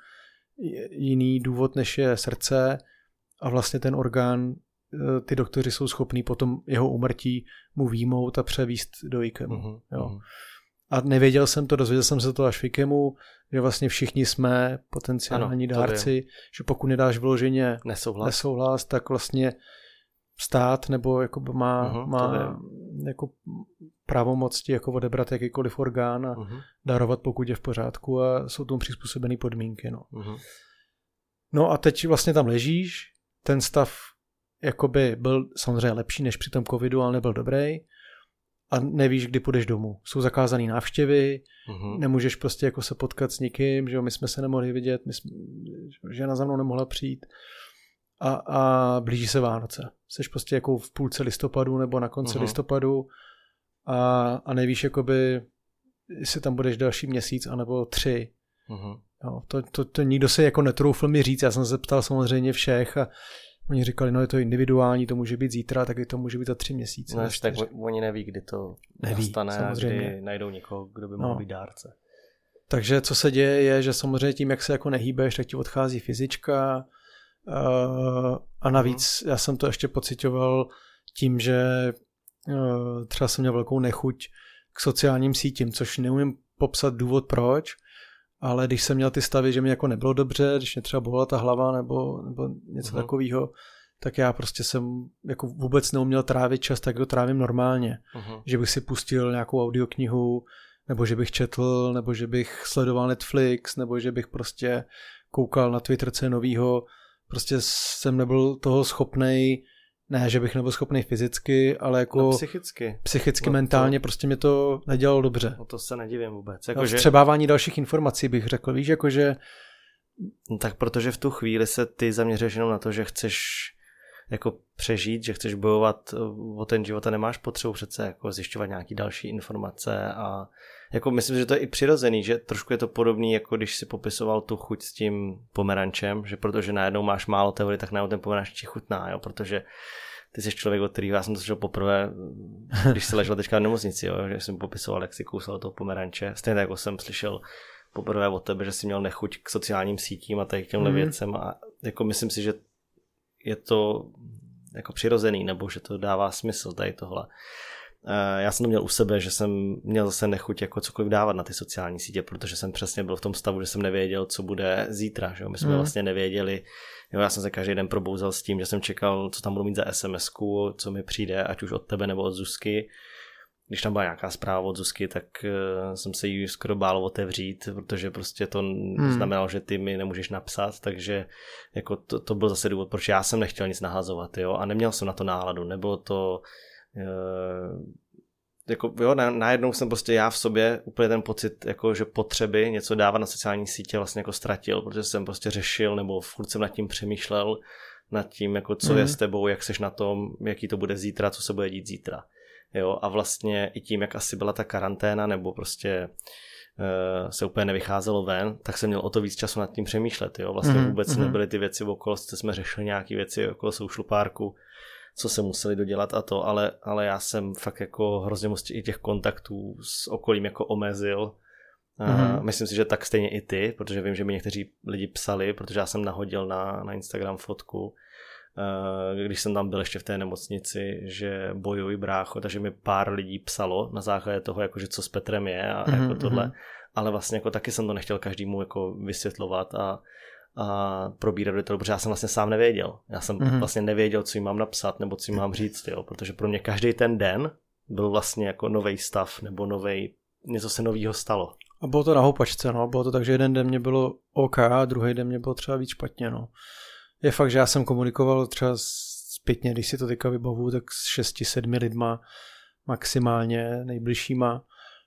jiný důvod, než je srdce a vlastně ten orgán, ty doktoři jsou schopní potom jeho úmrtí mu výjmout a převíst do IKEMu. Jo. A nevěděl jsem to, dozvěděl jsem se to až v IKEMu, že vlastně všichni jsme potenciální dárci, že pokud nedáš vyloženě nesouhlas, tak vlastně stát nebo jako má jako pravomoc ti jako odebrat jakýkoliv orgán a darovat, pokud je v pořádku a jsou tomu přizpůsobené podmínky. No a teď vlastně tam ležíš, ten stav jakoby byl samozřejmě lepší než při tom covidu, ale nebyl dobrý a nevíš, kdy půjdeš domů. Jsou zakázané návštěvy, nemůžeš prostě jako se potkat s nikým, že jo, my jsme se nemohli vidět, žena za mnou nemohla přijít. A blíží se Vánoce. Jsi prostě jako v půlce listopadu nebo na konci listopadu a nevíš, jakoby, jestli tam budeš další měsíc anebo 3. Jo, to nikdo se jako netroufl mi říct. Já jsem se ptal samozřejmě všech a oni říkali, no je to individuální, to může být zítra, tak to může být za 3 měsíce. No tak oni neví, kdy to nastane a kdy najdou někoho, kdo by mohl být dárce. Takže co se děje je, že samozřejmě tím, jak se jako nehýbeš, tak ti odchází fyzička. A navíc já jsem to ještě pocitoval tím, že třeba jsem měl velkou nechuť k sociálním sítím, což neumím popsat důvod proč, ale když jsem měl ty stavy, že mi jako nebylo dobře, když mě třeba bolela ta hlava nebo něco takového, tak já prostě jsem jako vůbec neuměl trávit čas, tak to trávím normálně. Že bych si pustil nějakou audioknihu, nebo že bych četl, nebo že bych sledoval Netflix, nebo že bych prostě koukal na Twitter, co je novýho. Prostě jsem nebyl toho schopnej, ne, že bych nebyl schopnej fyzicky, ale jako psychicky no mentálně prostě mě to nedělalo dobře. No to se nedivím vůbec. Jako vstřebávání dalších informací bych řekl, víš, jakože... No tak protože v tu chvíli se ty zaměřuješ jenom na to, že chceš jako přežít, že chceš bojovat o ten život a nemáš potřebu přece jako zjišťovat nějaký další informace a jako myslím, že to je i přirozený, že trošku je to podobný, jako když si popisoval tu chuť s tím pomerančem, že protože najednou máš málo té vody, tak najednou ten pomeranč ti chutná, jo, protože ty jsi člověk, od kterého já jsem to slyšel poprvé, když se ležel teďka v nemocnici, jo, že jsem popisoval, jak si kousal toho pomeranče, stejně jako jsem slyšel poprvé od tebe, že jsi měl nechuť k sociálním sítím a tady k těmhle věcem a jako myslím si, že je to jako přirozený, nebo že to dává smysl tady tohle. Já jsem to měl u sebe, že jsem měl zase nechuť jako cokoliv dávat na ty sociální sítě, protože jsem přesně byl v tom stavu, že jsem nevěděl, co bude zítra. Že? My jsme vlastně nevěděli, jo, já jsem se každý den probouzel s tím, že jsem čekal, co tam budu mít za SMS-ku, co mi přijde, ať už od tebe nebo od Zuzky. Když tam byla nějaká zpráva od Zuzky, tak jsem se jí skoro bál otevřít, protože prostě to znamenalo, že ty mi nemůžeš napsat, takže jako to byl zase důvod, proč já jsem nechtěl nic nahazovat, jo, a neměl jsem na to náladu, nebylo to jako jo, najednou jsem prostě já v sobě úplně ten pocit, jako že potřeby něco dávat na sociální sítě vlastně jako ztratil, protože jsem prostě řešil nebo furt jsem nad tím přemýšlel, nad tím, jako co je s tebou, jak seš na tom, jaký to bude zítra, co se bude dít zítra. Jo, a vlastně i tím, jak asi byla ta karanténa, nebo prostě se úplně nevycházelo ven, tak jsem měl o to víc času nad tím přemýšlet. Jo. Vlastně vůbec nebyly ty věci okolo, jsme řešili nějaké věci okolo Social Parku co se museli dodělat a to, ale já jsem fakt jako hrozně moc i těch kontaktů s okolím jako omezil. Myslím si, že tak stejně i ty, protože vím, že mi někteří lidi psali, protože já jsem nahodil na Instagram fotku, když jsem tam byl ještě v té nemocnici, že bojuji brácho, takže mi pár lidí psalo na základě toho, jakože co s Petrem je a jako tohle, ale vlastně jako taky jsem to nechtěl každému jako vysvětlovat a probírat do toho, protože já jsem vlastně sám nevěděl. Já jsem vlastně nevěděl, co jim mám napsat nebo co jim mám říct, jo, protože pro mě každý ten den byl vlastně jako novej stav nebo něco se novýho stalo. A bylo to na houpačce, no. Bylo to tak, že jeden den mě bylo OK a druhý den mě bylo třeba víc špatně, no. Je fakt, že já jsem komunikoval třeba zpětně, když si to teďka vybavuju, tak s 6-7 lidma maximálně nejbližšíma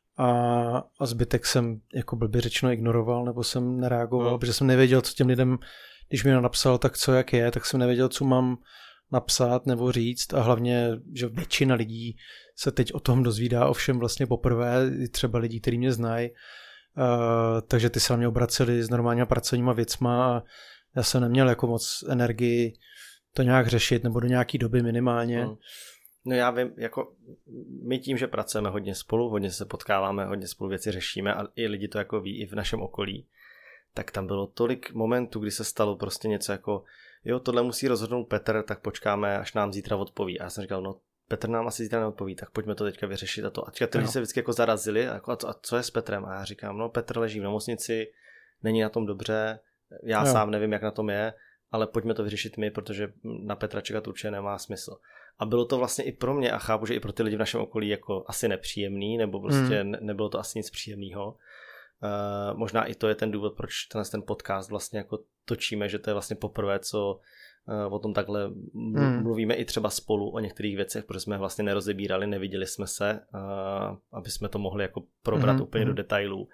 a zbytek jsem jako blbě řečeno ignoroval nebo jsem nereagoval, protože jsem nevěděl, co těm lidem, když mi napsal, tak co jak je, tak jsem nevěděl, co mám napsat nebo říct a hlavně, že většina lidí se teď o tom dozvídá ovšem vlastně poprvé, třeba lidí, kteří mě znají, takže ty se na mě obraceli s normálníma pracovníma věcma a já jsem neměl jako moc energii to nějak řešit nebo do nějaký doby minimálně. No já vím, jako my tím, že pracujeme hodně spolu, hodně se potkáváme, hodně spolu věci řešíme a i lidi to jako ví i v našem okolí, tak tam bylo tolik momentů, kdy se stalo prostě něco jako jo, tohle musí rozhodnout Petr, tak počkáme, až nám zítra odpoví. A já jsem říkal, no Petr nám asi zítra neodpoví, tak pojďme to teďka vyřešit a to. A ty lidi se vždycky jako zarazili, jako, a co je s Petrem? A já říkám, no Petr leží v nemocnici, není na tom dobře, já sám nevím, jak na tom je, ale pojďme to vyřešit my, protože na Petra čekat určitě nemá smysl. A bylo to vlastně i pro mě a chápu, že i pro ty lidi v našem okolí jako asi nepříjemný, nebo prostě nebylo to asi nic příjemného. Možná i to je ten důvod, proč ten podcast vlastně jako točíme, že to je vlastně poprvé, co o tom takhle mluvíme i třeba spolu o některých věcech, protože jsme vlastně nerozebírali, neviděli jsme se, aby jsme to mohli jako probrat úplně do detailů.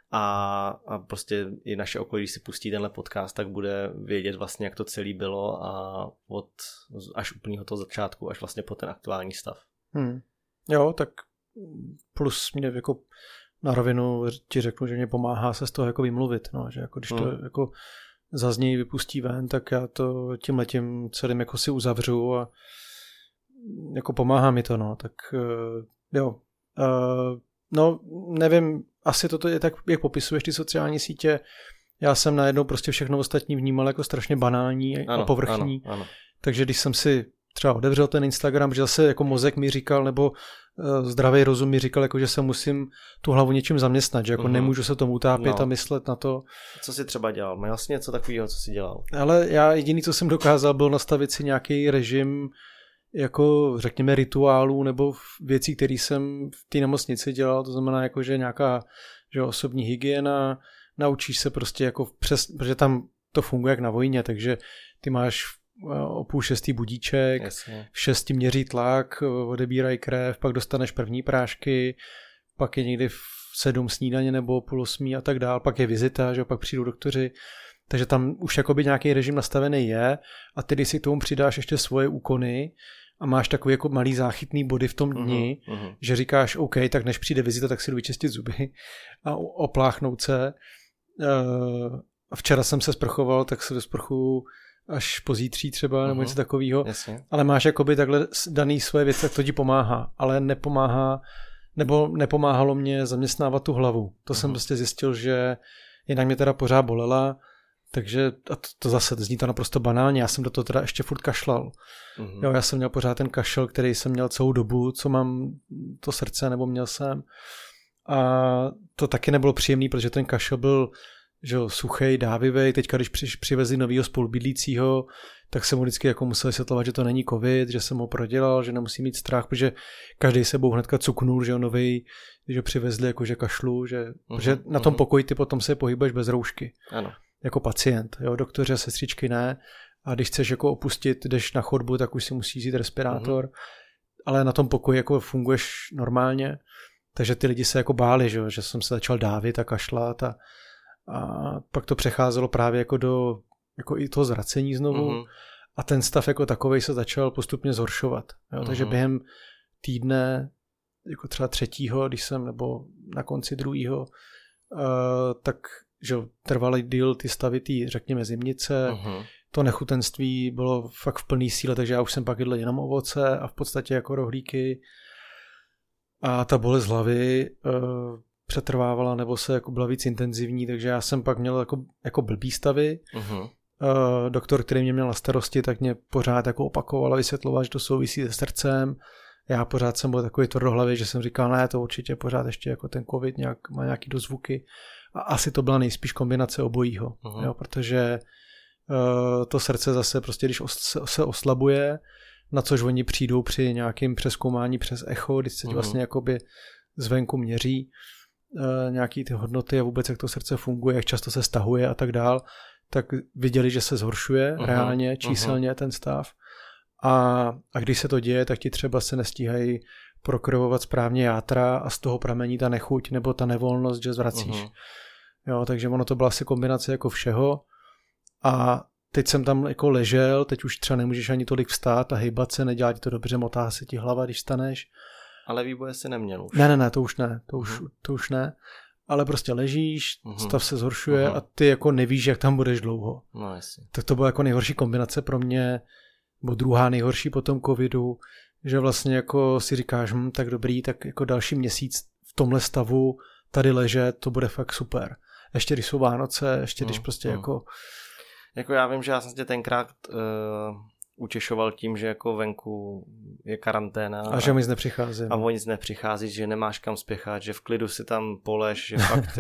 A prostě i naše okolí, když si pustí tenhle podcast, tak bude vědět vlastně, jak to celé bylo a od až úplného toho začátku, až vlastně po ten aktuální stav. Jo, tak plus mě jako na rovinu ti řeknu, že mě pomáhá se z toho jako vymluvit, no, že jako když to jako zazněj, vypustí ven, tak já to tímhletím celým jako si uzavřu a jako pomáhá mi to, no, tak jo. No, nevím, asi toto je tak, jak popisuješ ty sociální sítě, já jsem najednou prostě všechno ostatní vnímal jako strašně banální a povrchní, ano. Takže když jsem si třeba otevřel ten Instagram, že zase jako mozek mi říkal, nebo zdravý rozum mi říkal, jako, že se musím tu hlavu něčím zaměstnat, že jako nemůžu se tomu utápět a myslet na to. Co jsi třeba dělal? Měl jsi něco takového, co jsi dělal? Ale já jediný, co jsem dokázal, byl nastavit si nějaký režim jako řekněme rituálů nebo věcí, které jsem v té nemocnici dělal, to znamená jako, že nějaká že osobní hygiena, naučíš se prostě jako protože tam to funguje jak na vojně, takže ty máš o 5:30 budíček, v 6 měří tlak, odebírají krev, pak dostaneš první prášky, pak je někdy v 7 snídaně nebo 7:30 a tak dál, pak je vizita, že pak přijdou doktoři, takže tam už jakoby nějaký režim nastavený je a ty, když si k tomu přidáš ještě svoje úkony a máš takový jako malý záchytný body v tom dni, že říkáš OK, tak než přijde vizita, tak si jdu vyčistit zuby a opláchnout se. A včera jsem se sprchoval, tak se sprchuju až pozítří třeba, nebo něco takového. Ale máš jakoby takhle daný svoje věci, tak to ti pomáhá. Ale nepomáhalo mě zaměstnávat tu hlavu. To jsem prostě zjistil, že jinak mě teda pořád bolela, takže a to zase zní to naprosto banálně, já jsem do toho teda ještě furt kašlal. Jo, já jsem měl pořád ten kašel, který jsem měl celou dobu, co mám to srdce, nebo měl jsem. A to taky nebylo příjemný, protože ten kašel byl že suchej, dávivej. Teďka, když přivezli novýho spolubydlícího, tak jsem mu vždycky jako musel vysvětlovat, že to není covid, že jsem ho prodělal, že nemusí mít strach, protože každý sebou hnedka cuknul, že novej, když ho přivezli jakože kašlu, že na tom pokoji ty potom se pohybuješ bez roušky. Ano. Jako pacient, jo, doktoři a sestřičky ne. A když chceš jako opustit, jdeš na chodbu, tak už si musíš vzít respirátor. Ale na tom pokoji jako funguješ normálně. Takže ty lidi se jako báli, že jsem se začal dávit a kašlat a pak to přecházelo právě jako do jako i toho zracení znovu a ten stav jako takovej se začal postupně zhoršovat. Jo? Takže během týdne, jako třeba 3., když jsem, nebo na konci 2., tak že trvaly díl ty stavy, řekněme zimnice, to nechutenství bylo fakt v plný síle, takže já už jsem pak jedl jenom ovoce a v podstatě jako rohlíky a ta bolest hlavy přetrvávala nebo se jako byla víc intenzivní, takže já jsem pak měl jako blbý stavy. Doktor, který mě měl na starosti, tak mě pořád jako opakoval a vysvětloval, že to souvisí se srdcem. Já pořád jsem byl takový tvrdohlavý, že jsem říkal, ne, to určitě pořád ještě jako ten covid má nějaký dozvuky. A asi to byla nejspíš kombinace obojího, jo, protože to srdce zase prostě, když se oslabuje, na což oni přijdou při nějakým přezkoumání přes echo, když se vlastně jakoby zvenku měří nějaký ty hodnoty a vůbec jak to srdce funguje, jak často se stahuje a tak dál, tak viděli, že se zhoršuje reálně, číselně ten stav. A když se to děje, tak ti třeba se nestíhají prokrvovat správně játra a z toho pramení ta nechuť nebo ta nevolnost, že zvracíš. Jo, takže ono to byla asi kombinace jako všeho. A teď jsem tam jako ležel, teď už třeba nemůžeš ani tolik vstát a hejbat se, nedělá ti to dobře, motá se ti hlava, když staneš. Ale výboje si neměl už. Ne, to už ne, to už ne. Ale prostě ležíš, stav se zhoršuje a ty jako nevíš, jak tam budeš dlouho. No jasně. Tak to byla jako nejhorší kombinace pro mě, nebo druhá nejhorší po tom covidu, že vlastně jako si říkáš, tak dobrý, tak jako další měsíc v tomhle stavu tady ležet, to bude fakt super. Ještě když jsou Vánoce, ještě když prostě jako... Jako já vím, že já jsem tě tenkrát utěšoval tím, že jako venku je karanténa. A že mi nic nepřichází. A o nic nepřichází, že nemáš kam spěchat, že v klidu si tam poleš, že fakt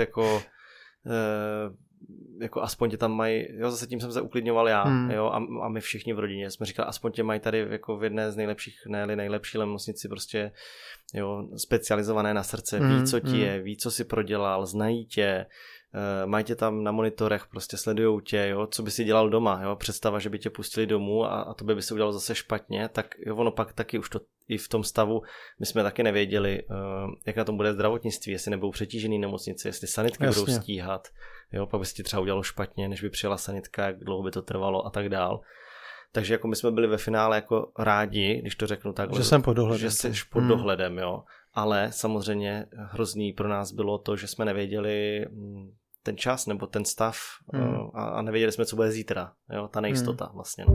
jako aspoň tě tam mají, jo, zase tím jsem se uklidňoval já, jo, a my všichni v rodině jsme říkali, aspoň tě mají tady jako v jedné z nejlepších, ne nejlepší nemocnici prostě, jo, specializované na srdce, ví, co ti je, ví, co si prodělal, znají tě, mají tě tam na monitorech, prostě sledujou tě, jo, co by si dělal doma, jo, představa, že by tě pustili domů a to by se udělalo zase špatně, tak jo, ono pak taky už to i v tom stavu, my jsme taky nevěděli, jak na tom bude zdravotnictví, jestli nebudou přetížený nemocnice, jestli sanitky budou stíhat, jo, pak by se ti třeba udělalo špatně, než by přijela sanitka, jak dlouho by to trvalo a tak dál. Takže jako my jsme byli ve finále jako rádi, když to řeknu takhle, že jsem pod dohledem. Že jsi pod dohledem, jo. Ale samozřejmě hrozný pro nás bylo to, že jsme nevěděli ten čas nebo ten stav a nevěděli jsme, co bude zítra, jo, ta nejistota vlastně.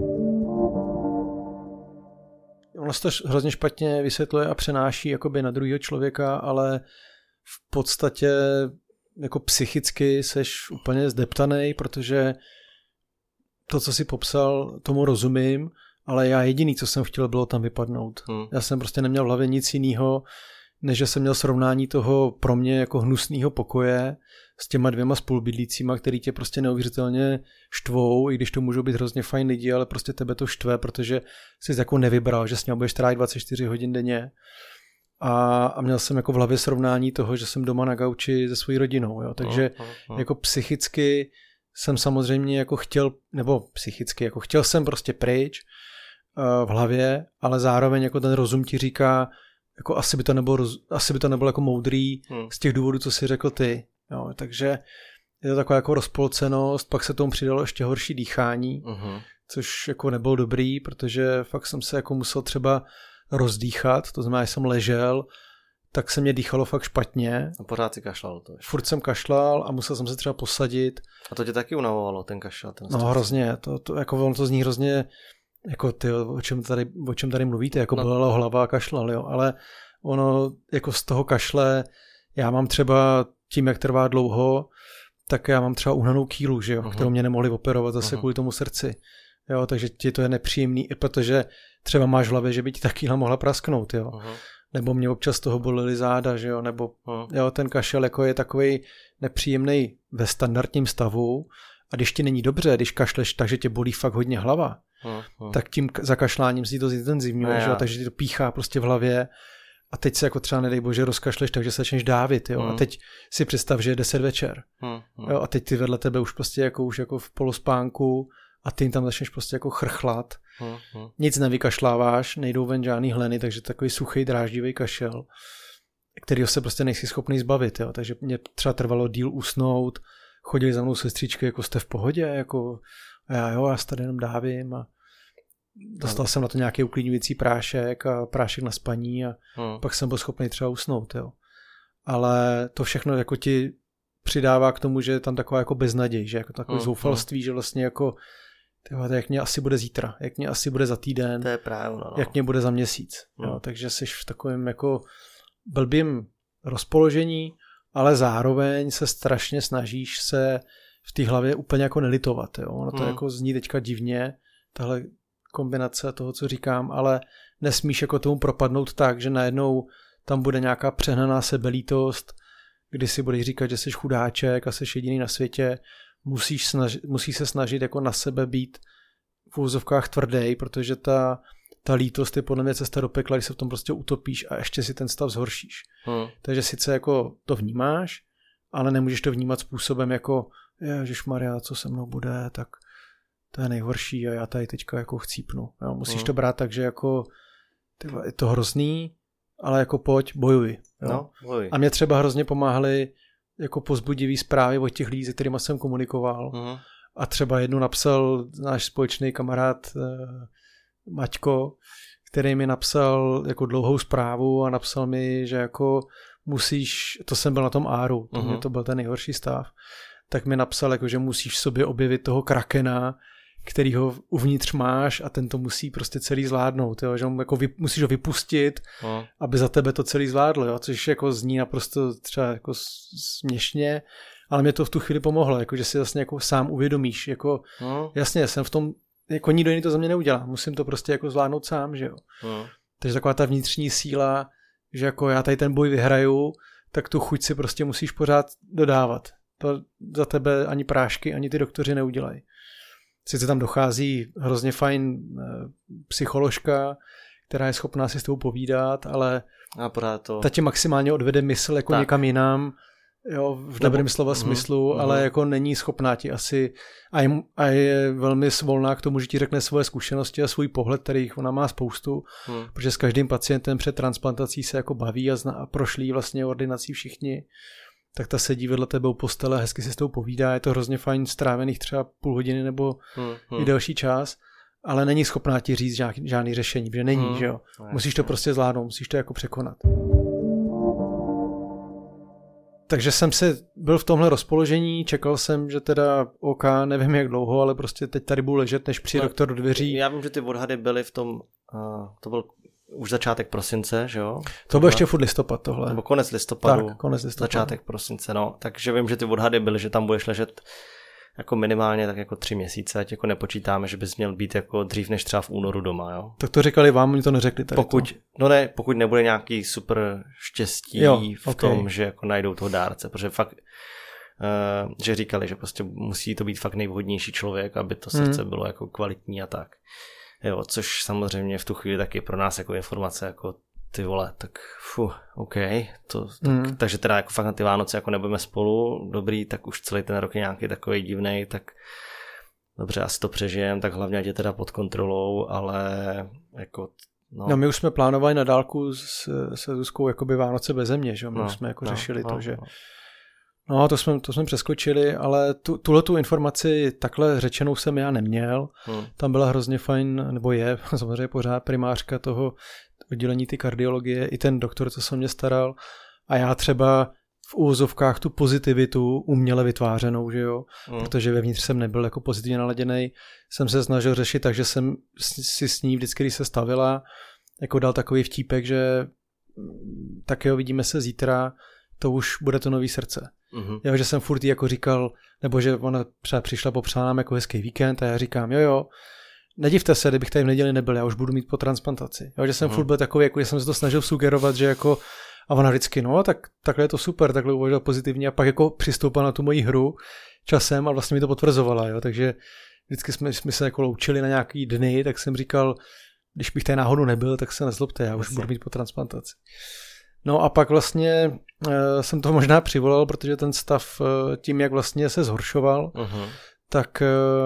Ono se to hrozně špatně vysvětluje a přenáší jakoby na druhého člověka, ale v podstatě jako psychicky seš úplně zdeptanej, protože to, co jsi popsal, tomu rozumím, ale já jediný, co jsem chtěl, bylo tam vypadnout. Já jsem prostě neměl v hlavě nic jiného, než že jsem měl srovnání toho pro mě jako hnusného pokoje s těma 2 spolubydlícíma, který tě prostě neuvěřitelně štvou, i když to můžou být hrozně fajn lidi, ale prostě tebe to štve, protože jsi jako nevybral, že s ním budeš trávit 24 hodin denně. A měl jsem jako v hlavě srovnání toho, že jsem doma na gauči se svojí rodinou. Jo? Takže jako psychicky jsem samozřejmě jako chtěl, nebo psychicky, jako chtěl jsem prostě pryč v hlavě, ale zároveň jako ten rozum ti říká, jako asi by to nebylo jako moudrý z těch důvodů, co jsi řekl ty. Jo? Takže je to taková jako rozpolcenost, pak se tomu přidalo ještě horší dýchání, což jako nebylo dobrý, protože fakt jsem se jako musel třeba rozdýchat, to znamená, že jsem ležel, tak se mě dýchalo fakt špatně. A pořád si kašlal to. Furt jsem kašlal a musel jsem se třeba posadit. A to tě taky unavovalo, ten kašel? No hrozně, to jako ono to zní hrozně, jako ty, o čem tady mluvíte, jako bolela hlava a kašlal, jo, ale ono jako z toho kašle, já mám třeba tím, jak trvá dlouho, tak já mám třeba uhnanou kýlu, že jo, kterou mě nemohli operovat zase kvůli tomu srdci. Jo, takže ti to je nepříjemný, i protože třeba máš v hlavě, že by ti ta kýla mohla prasknout, jo. Nebo mě občas toho bolely záda, že jo, nebo jo, ten kašel jako je takovej nepříjemný ve standardním stavu a když ti není dobře, když kašleš, takže tě bolí fakt hodně hlava, tak tím zakašláním si to zintenzivňuje, že jo, takže ti to píchá prostě v hlavě a teď se jako třeba nedej bože rozkašleš, takže se začneš dávit, jo, a teď si představ, že je 10 večer, jo, a teď ty vedle tebe už prostě jako už jako v polospánku a ty jim tam začneš prostě jako chrchlat. Nic nevykašláváš, nejdou ven žádný hleny, takže takový suchý, dráždivý kašel, kterýho se prostě nejsi schopný zbavit. Jo. Takže mě třeba trvalo díl usnout, chodili za mnou sestřičky, jako jste v pohodě, jako já se tady jenom dávím a dostal jsem na to nějaký uklidňující prášek a prášek na spaní a pak jsem byl schopný třeba usnout. Jo. Ale to všechno jako ti přidává k tomu, že je tam taková jako beznaděj, že jako takový zoufalství, že vlastně jako jak mě asi bude zítra, jak mě asi bude za týden, to je právě, no. Jak mě bude za měsíc. Jo, takže jsi v takovém jako blbým rozpoložení, ale zároveň se strašně snažíš se v té hlavě úplně jako nelitovat. Jo. Ono to jako zní teďka divně, tahle kombinace toho, co říkám, ale nesmíš jako tomu propadnout tak, že najednou tam bude nějaká přehnaná sebelítost, kdy si budeš říkat, že jsi chudáček a jsi jediný na světě. Musíš se snažit jako na sebe být v úvozovkách tvrdý, protože ta lítost je podle mě cesta do pekla, když se v tom prostě utopíš a ještě si ten stav zhoršíš. Takže sice jako to vnímáš, ale nemůžeš to vnímat způsobem jako ježišmarja, co se mnou bude, tak to je nejhorší a já tady teďka jako chcípnu. Jo? Musíš to brát tak, že jako je to hrozný, ale jako pojď, bojuj. Jo? No, bojuj. A mě třeba hrozně pomáhaly jako povzbudivý zprávy od těch lidí, se kterými jsem komunikoval. A třeba jednu napsal náš společný kamarád Maťko, který mi napsal jako dlouhou zprávu a napsal mi, že jako musíš, to jsem byl na tom áru, to byl ten nejhorší stav, tak mi napsal, jako, že musíš v sobě objevit toho krakena, kterýho uvnitř máš a ten to musí prostě celý zvládnout, jo? Že jako musíš ho vypustit, aby za tebe to celý zvládlo, jo? Což jako zní naprosto třeba jako směšně, ale mě to v tu chvíli pomohlo, jako, že si vlastně jako sám uvědomíš, jako jasně, jsem v tom, jako nikdo jiný to za mě neudělá, musím to prostě jako zvládnout sám, že jo. Takže taková ta vnitřní síla, že jako já tady ten boj vyhraju, tak tu chuť si prostě musíš pořád dodávat. To za tebe ani prášky, ani ty doktoři neudělají. Sice tam dochází hrozně fajn psycholožka, která je schopná si s tebou povídat, ale ta tě maximálně odvede mysl jako někam jinam, jo, v dobrém slova smyslu, ale jako není schopná ti asi a je velmi svolná k tomu, že ti řekne svoje zkušenosti a svůj pohled, kterých ona má spoustu, protože s každým pacientem před transplantací se jako baví a prošlí vlastně ordinací všichni, tak ta sedí vedle tebe u postele, hezky si s tou povídá, je to hrozně fajn strávených třeba půl hodiny nebo i delší čas, ale není schopná ti říct žádný řešení, protože není, že jo. Musíš to prostě zvládnout, musíš to jako překonat. Takže jsem byl v tomhle rozpoložení, čekal jsem, že teda OK, nevím jak dlouho, ale prostě teď tady budu ležet, než přijde doktor do dveří. Já vím, že ty odhady byly v tom, to byl už začátek prosince, že jo? To byl ještě furt listopad tohle. Nebo konec listopadu. Tak, konec listopadu. Začátek prosince, no. Takže vím, že ty odhady byly, že tam budeš ležet jako minimálně tak jako 3 měsíce, ať jako nepočítáme, že bys měl být jako dřív než třeba v únoru doma, jo. Tak to říkali vám, oni to neřekli tady. Pokud nebude nějaký super štěstí v tom, že jako najdou toho dárce, protože fakt, že říkali, že prostě musí to být fakt nejvhodnější člověk, aby to srdce bylo jako kvalitní a tak. Jo, což samozřejmě v tu chvíli taky pro nás jako informace jako ty vole, tak OK, takže teda jako fakt na ty Vánoce jako nebudeme spolu, dobrý, tak už celý ten rok je nějaký takový divnej, tak dobře, asi to přežijem, tak hlavně ať je teda pod kontrolou, ale jako No my už jsme plánovali na dálku se Zuzkou jakoby Vánoce beze mě, že? My už jsme jako řešili to, že no to jsme přeskočili, ale tuhletu informaci takhle řečenou jsem já neměl. Tam byla hrozně fajn, nebo je samozřejmě pořád primářka toho oddělení ty kardiologie, i ten doktor, co se mě staral. A já třeba v úvozovkách tu pozitivitu uměle vytvářenou, že jo, protože vevnitř jsem nebyl jako pozitivně naladěnej, jsem se snažil řešit, takže jsem si s ní vždycky, když se stavila, jako dal takový vtípek, že tak jo, vidíme se zítra, to už bude to nový srdce. Jo, že jsem furt jí jako říkal, nebo že ona třeba přišla, popřála nám jako hezký víkend a já říkám, jo, nedivte se, kdybych tady v neděli nebyl, já už budu mít po transplantaci. Jo, že jsem furt byl takový, jako že jsem se to snažil sugerovat, že jako a ona vždycky, no, takhle je to super, takhle uvažovala pozitivně a pak jako přistoupila na tu moji hru časem a vlastně mi to potvrzovala, jo, takže vždycky jsme se jako loučili na nějaký dny, tak jsem říkal, když bych tady náhodou nebyl, tak se nezlobte, já už budu mít po transplantaci. No a pak vlastně jsem to možná přivolal, protože ten stav tím, jak vlastně se zhoršoval, tak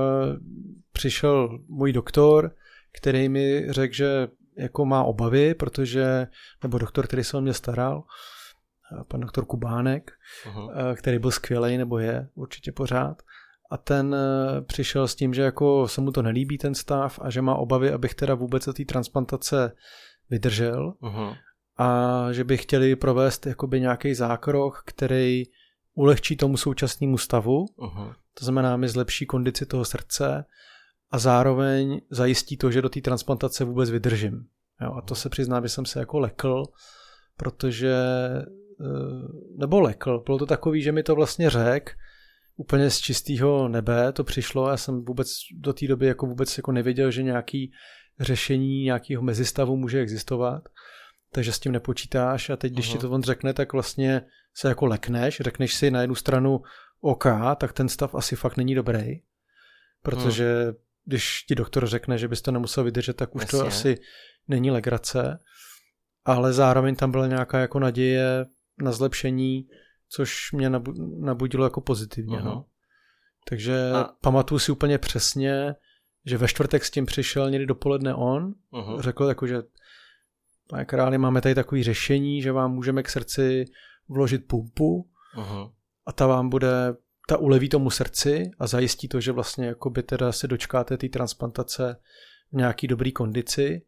přišel můj doktor, který mi řekl, že jako má obavy, nebo doktor, který se o mě staral, pan doktor Kubánek, který byl skvělej, nebo je určitě pořád, a ten přišel s tím, že jako se mu to nelíbí ten stav a že má obavy, abych teda vůbec do té transplantace vydržel a že by chtěli provést jakoby nějaký zákrok, který ulehčí tomu současnému stavu, to znamená mi zlepší kondici toho srdce a zároveň zajistí to, že do té transplantace vůbec vydržím. Jo, a to se přiznám, že jsem se jako lekl, protože, nebo lekl, bylo to takový, že mi to vlastně řekl, úplně z čistého nebe to přišlo a já jsem vůbec do té doby jako vůbec jako nevěděl, že nějaký řešení nějakého mezistavu může existovat, takže s tím nepočítáš a teď, když ti to on řekne, tak vlastně se jako lekneš, řekneš si na jednu stranu OK, tak ten stav asi fakt není dobrý, protože když ti doktor řekne, že bys to nemusel vydržet, tak už to asi není legrace, ale zároveň tam byla nějaká jako naděje na zlepšení, což mě nabudilo jako pozitivně. No. Takže pamatuju si úplně přesně, že ve čtvrtek s tím přišel někdy dopoledne on, řekl jako, že pane králi, máme tady takové řešení, že vám můžeme k srdci vložit pumpu a ta uleví tomu srdci a zajistí to, že vlastně jakoby teda se dočkáte té transplantace v nějaký dobrý kondici.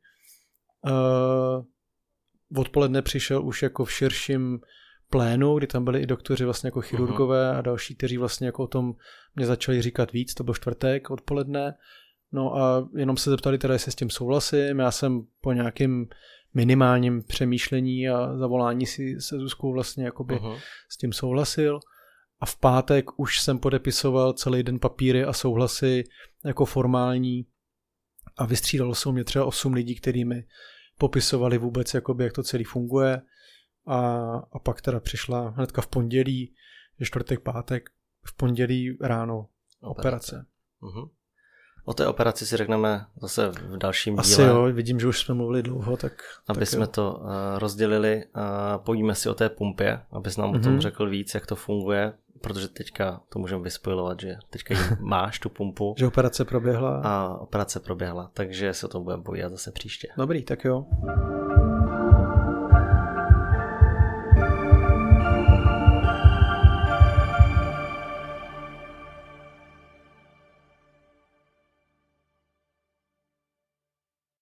Odpoledne přišel už jako v širším plénu, kdy tam byli i doktoři vlastně jako chirurgové a další, kteří vlastně jako o tom mě začali říkat víc, to byl čtvrtek odpoledne. No a jenom se zeptali teda, jestli s tím souhlasím. Já jsem po nějakým minimálním přemýšlení a zavolání si se Zuzkou vlastně jakoby s tím souhlasil. A v pátek už jsem podepisoval celý den papíry a souhlasy jako formální a vystřídalo se u mě třeba 8 lidí, kteří mi popisovali vůbec, jakoby, jak to celý funguje. A pak teda přišla hnedka v pondělí, je čtvrtek, pátek, v pondělí ráno operace. O té operaci si řekneme zase v dalším díle. Asi jo, vidím, že už jsme mluvili dlouho, tak aby jsme to rozdělili a pojďme si o té pumpě, abys nám o tom řekl víc, jak to funguje, protože teďka to můžeme vyspojovat, že teďka máš tu pumpu. Že operace proběhla. A operace proběhla, takže se o tom budeme povídat zase příště. Dobrý, tak jo.